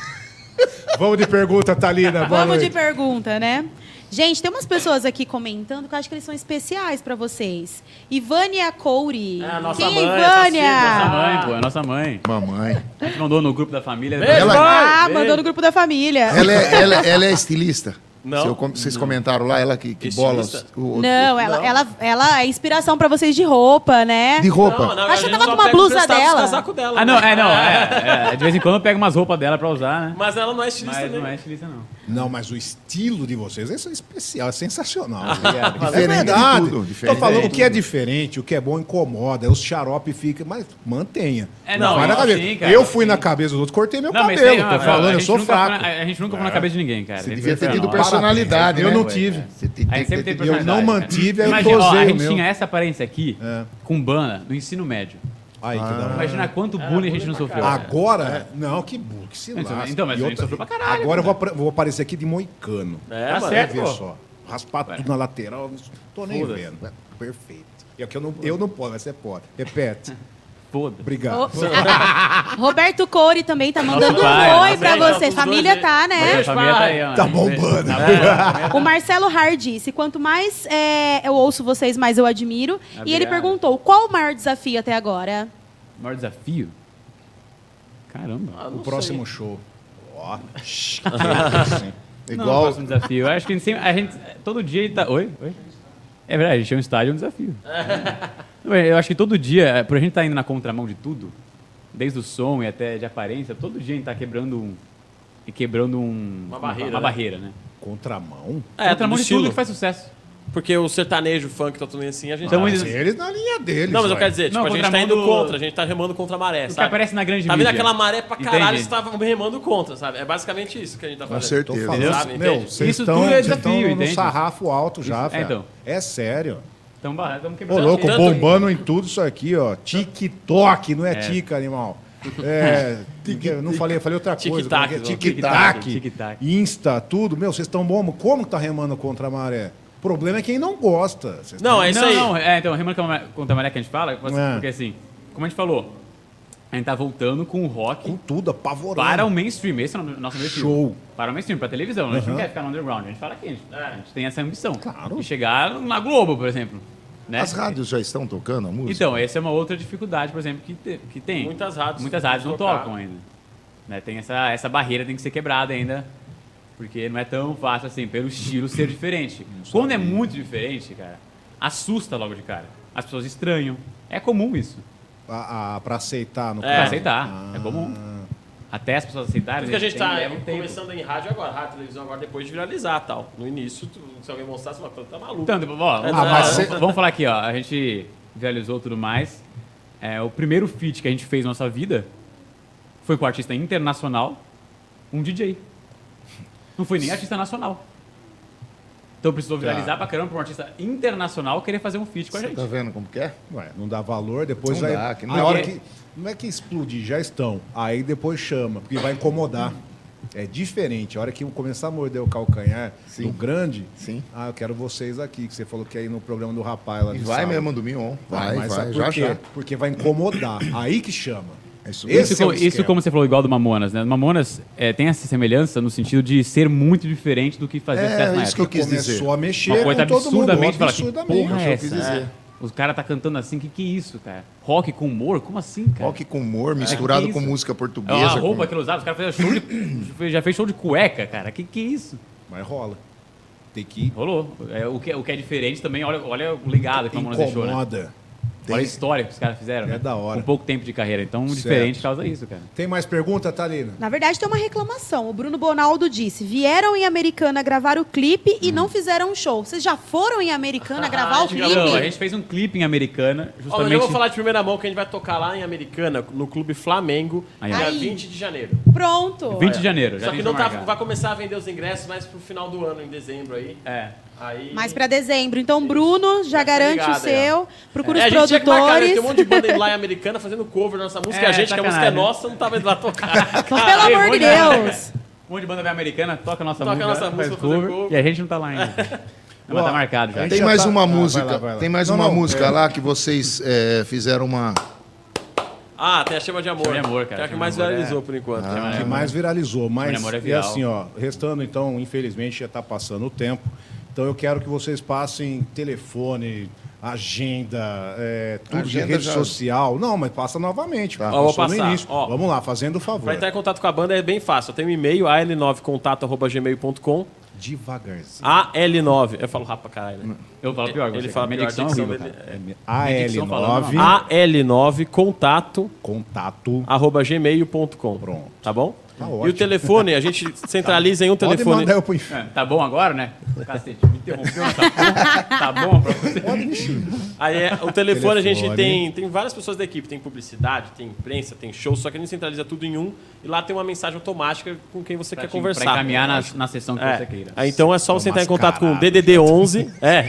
Vamos de pergunta, Thalina. Boa Vamos de noite. pergunta, né? Gente, tem umas pessoas aqui comentando que eu acho que eles são especiais pra vocês. Ivânia Couri. É a nossa Quem mãe, é essa Ivânia? Nossa mãe, pô, é nossa mãe. Mamãe. A gente mandou no grupo da família. Beijo, Ela- mãe! Ah, Beijo. mandou no grupo da família. Ela é, ela, ela é estilista? Não. Se eu com- vocês comentaram lá, ela que, que bola os- Estilista? o, o- Não, ela, ela, ela é inspiração pra vocês de roupa, né? de roupa. Não, não, Acho a que gente tava só com uma pega blusa emprestado os dela. casacos dela. Ah, né? não, é, não. É, é, de vez em quando eu pego umas roupas dela pra usar, né? Mas ela não é estilista Mas nem. não é estilista, não. Não, mas o estilo de vocês é especial, é sensacional. Obrigado. É Diferente de verdade. tudo, Tô diferente falando de o que é tudo. diferente, o que é bom incomoda, os xarope fica, mas mantenha. É, não, vai na não, cabeça. sim, cara, eu fui sim. na cabeça dos outros, cortei meu Não, mas cabelo, isso aí, tô não, falando, a eu gente sou nunca foi fraco. na- a gente nunca foi na cabeça de ninguém, cara. Você Sempre devia foi ter pra tido nós. personalidade, Eu né? não Ué, tive. Você tem- A tem gente sempre que teve ter- Eu não personalidade, mantive, cara. aí eu Imagina, ó, tosei a o gente meu. tinha essa aparência aqui, É. com banda, no ensino médio. Aí, que da hora. Imagina quanto bullying a gente não sofreu. Agora, não, que burro, que se Então, lasca. então, mas E a gente sofreu pra caralho, Agora eu vou, apar- vou aparecer aqui de moicano. É, Tá mano. certo, Vê pô. só. Raspar tudo na lateral, não tô nem Foda-se. vendo. Perfeito. E aqui eu não, eu não posso, mas você pode. Repete. Foda. Obrigado. Ô, Roberto Couri também tá mandando pai, um oi nossa, pra aí, não, vocês. os dois Família aí. tá, Mas a né? família tá aí, ó. Tá bombando. O Marcelo Hard disse: quanto mais é, eu ouço vocês, mais eu admiro. E ele Obrigado. perguntou: qual o maior desafio até agora? O maior desafio? Caramba. Ah, O não próximo sei. show. Ó. que delícia, hein? Não, o Igual. próximo desafio. Eu acho que a gente, sempre- a gente todo dia ele tá... Oi? Oi? É verdade, a gente é um estádio, é um desafio. Eu acho que todo dia, por a gente estar indo na contramão de tudo, desde o som e até de aparência, todo dia a gente tá quebrando um... E quebrando um, Uma barreira, Uma né? barreira, né? Contramão? É, contramão do de tudo estilo. que faz sucesso. Porque o sertanejo, o funk, tá tudo assim, a gente... Então, tá- eles- Eles na linha deles. Não, mas eu vai. quero dizer, tipo, Não, a gente tá contramão indo do- contra, a gente tá remando contra a maré, O que sabe? aparece na grande Tá vendo mídia. aquela maré pra caralho, Entende? você tá remando contra, sabe? É basicamente isso que a gente tá Com fazendo. Tô certeza. falando, Sabe, meu, entende? vocês Isso estão tudo é vocês desafio, estão no entende? sarrafo alto já, É, velho. então. É sério. Então, estamos Ô, quebrando. louco, tanto- bombando em tudo isso aqui, ó. TikTok, não é, tica, animal. É, eu não falei, eu falei outra coisa. Tic-tac, como é que é? não. Tic-tac, Tic-tac. Insta, tudo. Meu, vocês estão bom. Como que tá remando contra a maré? O problema é quem não gosta. Vocês Não, é isso não, aí. não, é, então, remando contra a maré que a gente fala, porque É. porque assim, como a gente falou, a gente tá voltando com o rock com tudo, apavorando. para o mainstream. Esse é o nosso objetivo. Show. Para o mainstream, para a televisão. A gente não Aham. quer ficar no underground. A gente fala aqui, a gente, a gente tem essa ambição. Claro. De chegar na Globo, por exemplo. Né? As rádios já estão tocando a música? Então, essa é uma outra dificuldade, por exemplo, que, te- que tem. Muitas rádios Muitas rádios não tocar. tocam ainda. Né? Tem essa, essa barreira tem que ser quebrada ainda. Porque não é tão fácil assim, pelo estilo ser diferente. Quando é muito diferente, cara, assusta logo de cara. As pessoas estranham. É comum isso. A, a, pra aceitar, no É. Pra caso. aceitar. Ah. É comum. Até as pessoas aceitarem. Por isso que a gente tem- tá leva um tempo. começando em rádio agora, rádio, televisão agora, depois de viralizar e tal. No início, tu- se alguém mostrasse, uma coisa, tá maluco. Então, tipo, ó, vamos, Ah, mas vamos- cê- vamos falar aqui, ó. A gente viralizou tudo mais. É, o primeiro feat que a gente fez na nossa vida foi com um artista internacional, um D J. Não foi nem artista nacional. Então precisou viralizar pra caramba pra um artista internacional querer fazer um feat com a Você gente. tá vendo como que é? Ué, não dá valor, depois Não vai. dá, que não na é. hora que. Não é que explodir, já estão. Aí depois chama, porque vai incomodar. É diferente. A hora que começar a morder o calcanhar Sim. do grande, Sim. ah, eu quero vocês aqui, que você falou que é aí no programa do rapaz lá E de vai sábado. mesmo do Mion. Vai, mas vai, sabe já por quê? já. Porque vai incomodar. Aí que chama. É isso Esse Isso, é o co- isso esquema. como você falou, igual do Mamonas, né? O Mamonas é, tem essa semelhança no sentido de ser muito diferente do que fazia sucesso na É isso que eu época. quis dizer. Começou a mexer Uma coisa com todo mundo. absurdamente, fala, que absurdamente. porra é é o que eu essa? quis dizer. É. Os caras tá cantando assim, que que é isso, cara? Rock com humor? Como assim, cara? Rock com humor, misturado que com isso? música É portuguesa. a roupa com... que ele usava, os caras faziam show de, já fez show de cueca, cara. Que que é isso? Mas rola. Tem que Rolou. É, o, que, o que é diferente também, olha, olha o legado que o Mamonas deixou, né? incomoda. Olha a história que os caras fizeram, É né? da hora. Com pouco tempo de carreira. Então, Certo. diferente causa isso, cara. Tem mais pergunta, Thalina? Na verdade, tem uma reclamação. O Bruno Bonaldo disse: vieram em Americana gravar o clipe e não fizeram um show. Vocês já foram em Americana gravar o a gente clipe? Não, a gente fez um clipe em Americana, Ó, mas justamente... eu vou falar de primeira mão que a gente vai tocar lá em Americana, no Clube Flamengo, Aí, ó. dia Aí. vinte de janeiro. Pronto. vinte de janeiro, já Só que tem não já tá, marcado. vai começar a vender os ingressos mais pro final do ano, em dezembro aí. É. Aí... Mais pra dezembro. Então, Bruno, já Já tá garante ligado o seu. Procura É, os a gente tinha que marcar, né? produtores. Tem um monte de banda indo lá em Americana fazendo cover da nossa música. É, e a gente, que a música é sacanagem. nossa, não tava indo lá tocar. Então, pelo Ei, amor de monte Deus. Um monte de banda americana toca a nossa Toca a música, nossa faz música, fazer cover, cover. e a gente não tá lá ainda. Não, mas tá marcado já. a gente Tem já mais tá- uma Ah, vai música. lá, vai lá. Tem mais Não, uma não, música é- lá que vocês é, fizeram uma. Ah, tem a Chama de Amor. Chama de Amor, cara. Que é a que Chama mais de Amor é- viralizou por enquanto. Chama de que Amor. mais viralizou, mas Amor é e viral. assim, ó, restando então, infelizmente já está passando o tempo. Então eu quero que vocês passem telefone, agenda, é, tudo Agenda de rede já- social. Não, mas passa novamente. Tá. Passou Ó, vou no passar, início. ó. Vamos lá, fazendo o favor. Pra entrar em contato com a banda é bem fácil. Eu tenho um e-mail, a l nove contato arroba gmail ponto com. Devagarzinho. A L nove. Eu falo rápido pra caralho, né? Eu falo pior que Ele você. fala Minha pior, dicção é a dicção horrível, dele cara. é- A L dicção falando, nove, A L nove contato contato. arroba gmail ponto com. Pronto. Tá bom? Tá E ótimo. o telefone, a gente centraliza em um Pode telefone. mandar eu pro inferno. É, tá bom agora, né? Cacete, me interrompeu nessa porra. Tá bom pra você? Pode mexer. Aí é, o telefone, a gente Telefone. tem, tem várias pessoas da equipe, tem publicidade, tem imprensa, tem show, só que a gente centraliza tudo em um e lá tem uma mensagem automática com quem você Pra quer te- conversar. Pra encaminhar na, na sessão que É. você queira. Aí, então é só você Tô entrar em contato com o mascarado. D D D onze, é,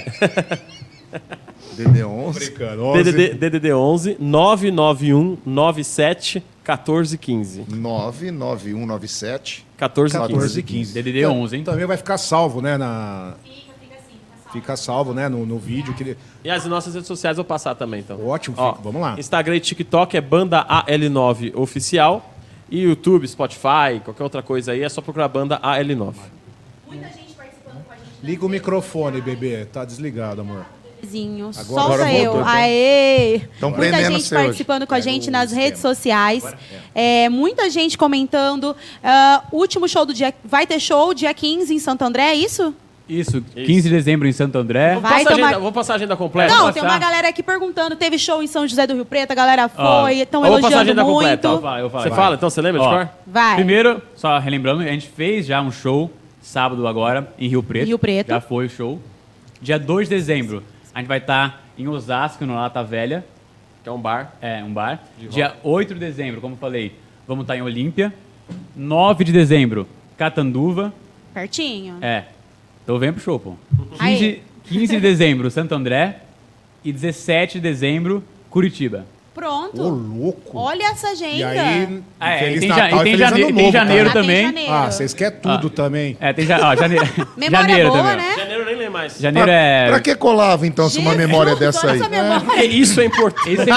D D onze. Brincando. onze, D D D, D D D onze nove nove um nove sete um quatro um cinco. nove nove um nove sete. um quatro um cinco. quatorze, quinze. D D D onze, hein? Também vai ficar salvo, né? Na... Fica salvo, né? No, no vídeo. Que ele... E as nossas redes sociais eu vou passar também, então. Ótimo, Ó, fica. Vamos lá. Instagram e TikTok é banda A L nove oficial. E YouTube, Spotify, qualquer outra coisa aí, é só procurar banda A L nove. Muita gente participando com a gente. Liga o microfone, bebê. Tá desligado, amor. Zinho. Agora- Solta agora eu. voltou, então. Aê! Tão Muita prendendo gente você hoje. participando com a gente nas esquema. redes sociais. É, muita gente comentando. Ah, último show do dia. Vai ter show dia quinze em Santo André, é isso? Isso, quinze de dezembro em Santo André. Vou, Vai passar a tomar- agenda, vou passar a agenda completa. Não, passar. tem uma galera aqui perguntando. Teve show em São José do Rio Preto, a galera Ó, foi, estão eu vou passar a elogiando agenda muito. completa, Eu falo, eu falo. Você Vai. fala, então você lembra de Ó, cor? Vai. Primeiro, só relembrando, a gente fez já um show sábado agora em Rio Preto. Rio Preto. Já foi o show. Dia dois de dezembro, a gente vai estar em Osasco, no Lata Velha. Que é um bar. É, um bar. Dia oito de dezembro, como eu falei, vamos estar em Olímpia. nove de dezembro, Catanduva. Pertinho. É. Então vem pro show, pô. Aí. quinze, quinze de dezembro, Santo André. E dezessete de dezembro, Curitiba. Pronto. Ô, louco. Olha essa agenda. E aí, Ah, é, Feliz e tem, ja- Natal e tem e Feliz jane- Ano tem Novo, janeiro Ah, tem também. janeiro. Ah, vocês querem tudo Ah. também. É, tem ja- ó, janeiro. Memória janeiro boa, também. ó. né? Janeiro eu nem lembro mais. Janeiro é. Pra que colava, então, se uma Jesus, memória olha dessa aí? essa memória. É, isso é importante. Esse é,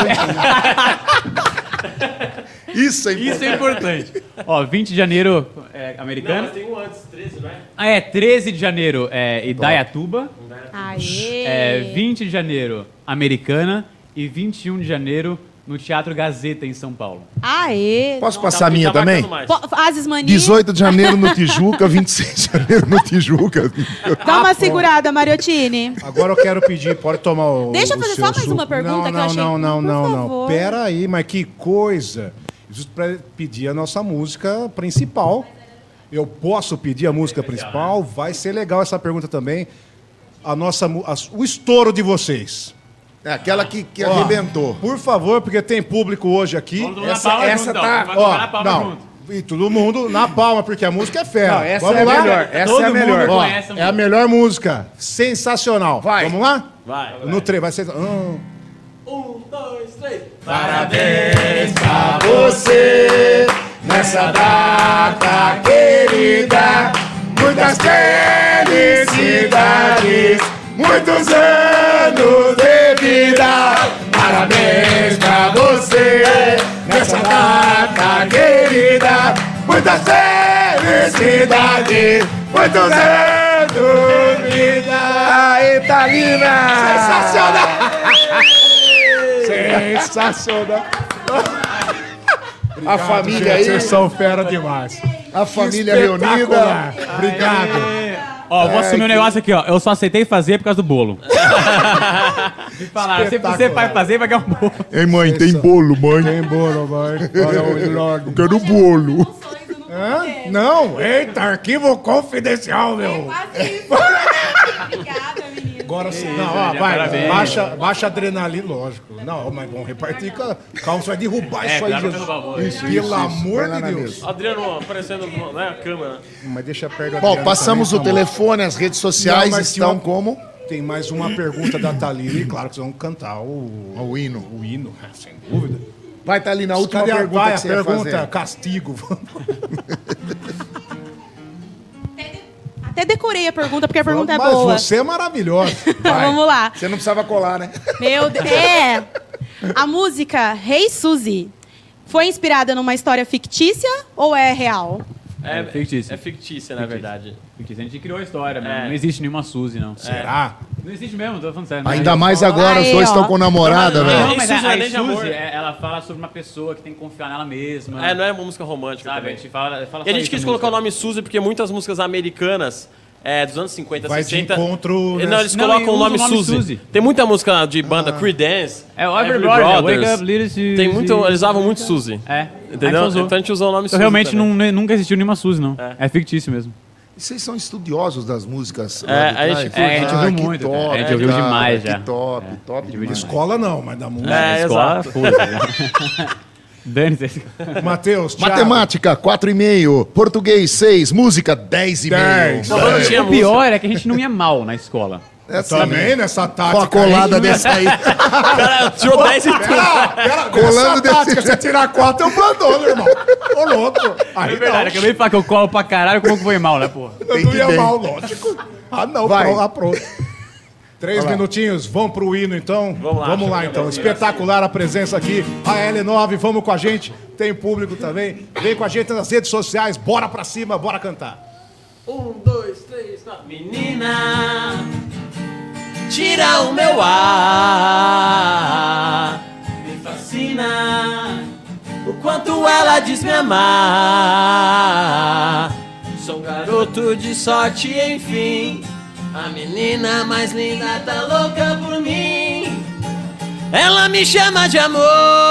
Isso é isso é importante. Ó, vinte de janeiro é americano. tem um antes, treze, não é? Ah, é, treze de janeiro é Idaiatuba. Aê. É, vinte de janeiro, Americana. E vinte e um de janeiro, no Teatro Gazeta, em São Paulo. Aê. Posso passar a minha também? Po- Ases Mania. dezoito de janeiro no Tijuca, vinte e seis de janeiro no Tijuca. Dá uma segurada, Mariottini. Agora eu quero pedir, pode tomar o. Deixa eu o fazer seu só mais suco. uma pergunta não, que eu não, achei- Não, não, Por não, não. favor. Pera aí, mas que coisa. Justo para pedir a nossa música principal. Eu posso pedir a música principal? Vai ser legal essa pergunta também. A nossa, mu- a- o estouro de vocês. É aquela que, que Ó, arrebentou. Por favor, porque tem público hoje aqui. Vamos todo mundo na Essa, palma essa junto, tá. então. Vai tocar na Ó, palma não. junto. E todo mundo na palma, porque a música é fera. Não, essa Vamos é a lá? melhor. Essa Todo é a mundo melhor. Ó, conhece a é a melhor música. Sensacional. Vai. Vamos lá? Vai. No três, vai ser. Hum. Um, dois, três. Parabéns pra você nessa data querida. Muitas felicidades, muitos anos de vida. Parabéns pra você nessa data querida. Muitas felicidades, muitos anos de vida. Aê, Thalina! Sensacional! Sensacional. A família Gente, aí, vocês são fera demais. a família Espetacular. reunida. Obrigado. Ó, eu vou assumir um negócio aqui, ó. Eu só aceitei fazer por causa do bolo. Me falaram, se você vai fazer, vai ganhar um bolo. Ei, mãe, tem bolo, mãe. Tem bolo, mãe. Olha o Lorde. Eu quero bolo. Hã? Não, eita, arquivo confidencial, meu. Obrigada, menina. Agora sim. Não, ó, vai, parabéns. baixa, baixa adrenalina, lógico. Não, mas vamos repartir. com a- Calma, você vai derrubar É, isso aí, claro, Jesus. derrubar o bolo. Isso, pelo amor Põe lá de na Deus. mesa. Adriano aparecendo na câmera. Mas deixa perto da Bom, Adriana passamos o também, tá bom. telefone, as redes sociais Não, mas estão tinha- como? Tem mais uma pergunta da Thalina e claro que vocês vão cantar o, O hino. o hino, né, sem dúvida. Vai, Thalina, a última Cadê a, pergunta vai, que a você ia pergunta? fazer. Castigo. Até decorei a pergunta, porque a pergunta Mas é boa. você é maravilhosa. Então, vamos lá. Você não precisava colar, né? Meu Deus. É. A música Hey Suzy foi inspirada numa história fictícia ou é real? É, É fictício. É fictícia, na verdade. A gente criou a história, né? É. Não existe nenhuma Suzy, não. Será? Não existe mesmo, tô falando sério. não. Ainda mais agora, os Aí, dois ó. estão com namorada, Não, velho. Não, mas Suzy a, não é a nem de amor. Suzy, é- ela fala sobre uma pessoa que tem que confiar nela mesma. É, não é uma música romântica Sabe, a também. gente fala, fala E a só gente isso quis na colocar o música. nome Suzy porque muitas músicas americanas é, dos anos cinquenta, Vai de sessenta... encontro Não, nessa- eles Não, colocam e o usa nome, o nome Suzy. Suzy. Tem muita música de banda, Creedence, É o Every Everly Brother, Brothers. Wake Up, Little Suzy. Tem muito, eles usavam muito Suzy. É. Entendeu? Aí usou. Então a gente usou o nome Então, Suzy realmente também. não, nunca existiu nenhuma Suzy, não. É, fictício mesmo. Vocês são estudiosos das músicas. lá É, de a trás? gente- é, a gente Ah, ouviu que muito, top, cara. A gente ouviu cara, demais já. Que top, top demais. Escola não, mas da música. É, escola, exato. foda-se. Dane-se. Matheus, Thiago. Matemática, quatro e meio. Português, seis. Música, dez e meio. Dez. Pô, mas não tinha O pior é que a gente não ia mal na escola. É Também nessa tática. Com a colada aí, dessa aí. Cara, tirou dez e tudo. Pera, pera, Colando nessa tática, desse- você tirar quatro, eu abandono, irmão. Ô, louco. Aí É verdade, não. acabei de falar que eu colo pra caralho, como que foi mal, né, porra? Eu Tem não que ia bem. mal, lógico. Ah, não, Vai. pronto, ah, pronto. Três minutinhos, vamos pro hino então. Vamos lá, Vamos lá chama então. a Espetacular a presença aqui. A L nove, vamos com a gente. Tem público também. Vem com a gente nas redes sociais. Bora pra cima, bora cantar. Um, dois, três, quatro. Menina, tira o meu ar. Me fascina o quanto ela diz me amar. Sou um garoto de sorte, enfim. A menina mais linda tá louca por mim. Ela me chama de amor,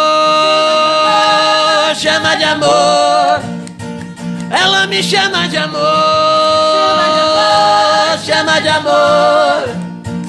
chama de amor. Ela me chama de amor, chama de amor.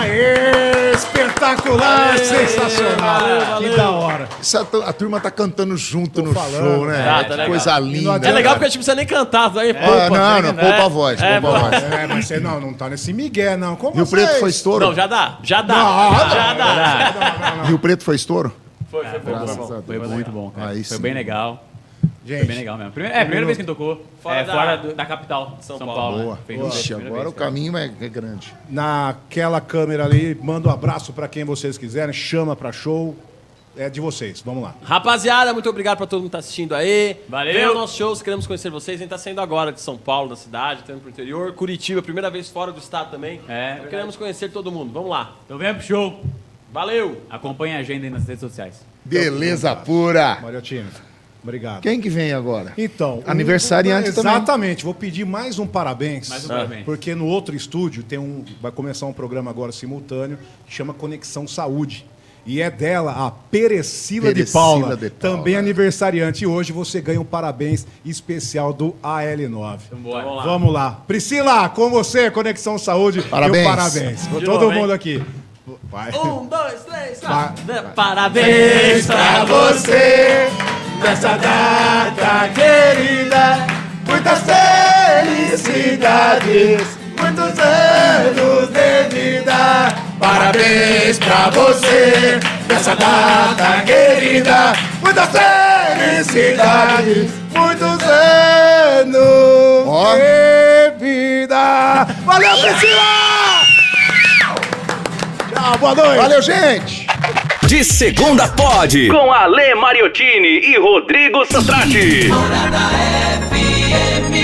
Aê, espetacular, sensacional. valeu, valeu. Que da hora. Essa tu- a turma tá cantando junto Tô no falando. show, né? Tá, tá Que legal. coisa E não linda. adianta- É legal cara. porque a gente não precisa nem cantar, aí Ah, poupa. não, não, né? poupa a voz, É, poupa a voz. É, mas você não, não tá nesse migué, não. Como Rio vocês? Preto foi estouro? Não, já dá, já dá. Não, já dá. Rio Preto foi estouro? Foi, foi, foi, foi, foi. Foi muito bom, cara. Aí Foi sim. bem legal. Foi Gente, bem legal mesmo. Primeira, é, a primeira vez que a gente tocou Fora é, da- fora do- da capital, São, São Paulo. Paulo. né? Boa. Foi a Ixi, primeira agora vez, o cara. caminho é, é grande. naquela câmera ali, manda um abraço pra quem vocês quiserem, chama pra show. É de vocês, vamos lá. Rapaziada, muito obrigado pra todo mundo que tá assistindo aí. Valeu. Venham aos nossos shows, queremos conhecer vocês. A gente tá saindo agora de São Paulo, da cidade, tá indo pro interior. Curitiba, primeira vez fora do estado também. É, Então, queremos conhecer todo mundo. Vamos lá. Então vem pro show. Valeu! Acompanhe a agenda aí nas redes sociais. Beleza pura. Mariottini, obrigado. Quem que vem agora? Então, Aniversariante um, também. Exatamente, vou pedir mais um parabéns. Mais um parabéns. Porque no outro estúdio tem um, vai começar um programa agora simultâneo que chama Conexão Saúde. E é dela, a Perecila, de Perecila Paula, de Paula. também aniversariante. E hoje você ganha um parabéns especial do A L nove. Então bora. Vamos lá. Vamos lá. Priscila, com você, Conexão Saúde. Parabéns. Meu parabéns. De Todo novo, mundo hein? aqui. Vai. Um, dois, três, Vai. quatro. Parabéns pra você nessa data querida. Muitas felicidades, muitos anos de vida. Parabéns pra você nessa data querida. Muitas felicidades, muitos anos Ó. de vida. Valeu, Priscila! Tchau, boa noite. Valeu, gente! De segunda pode. Com Ale Mariottini e Rodrigo Santrati. Morada F M.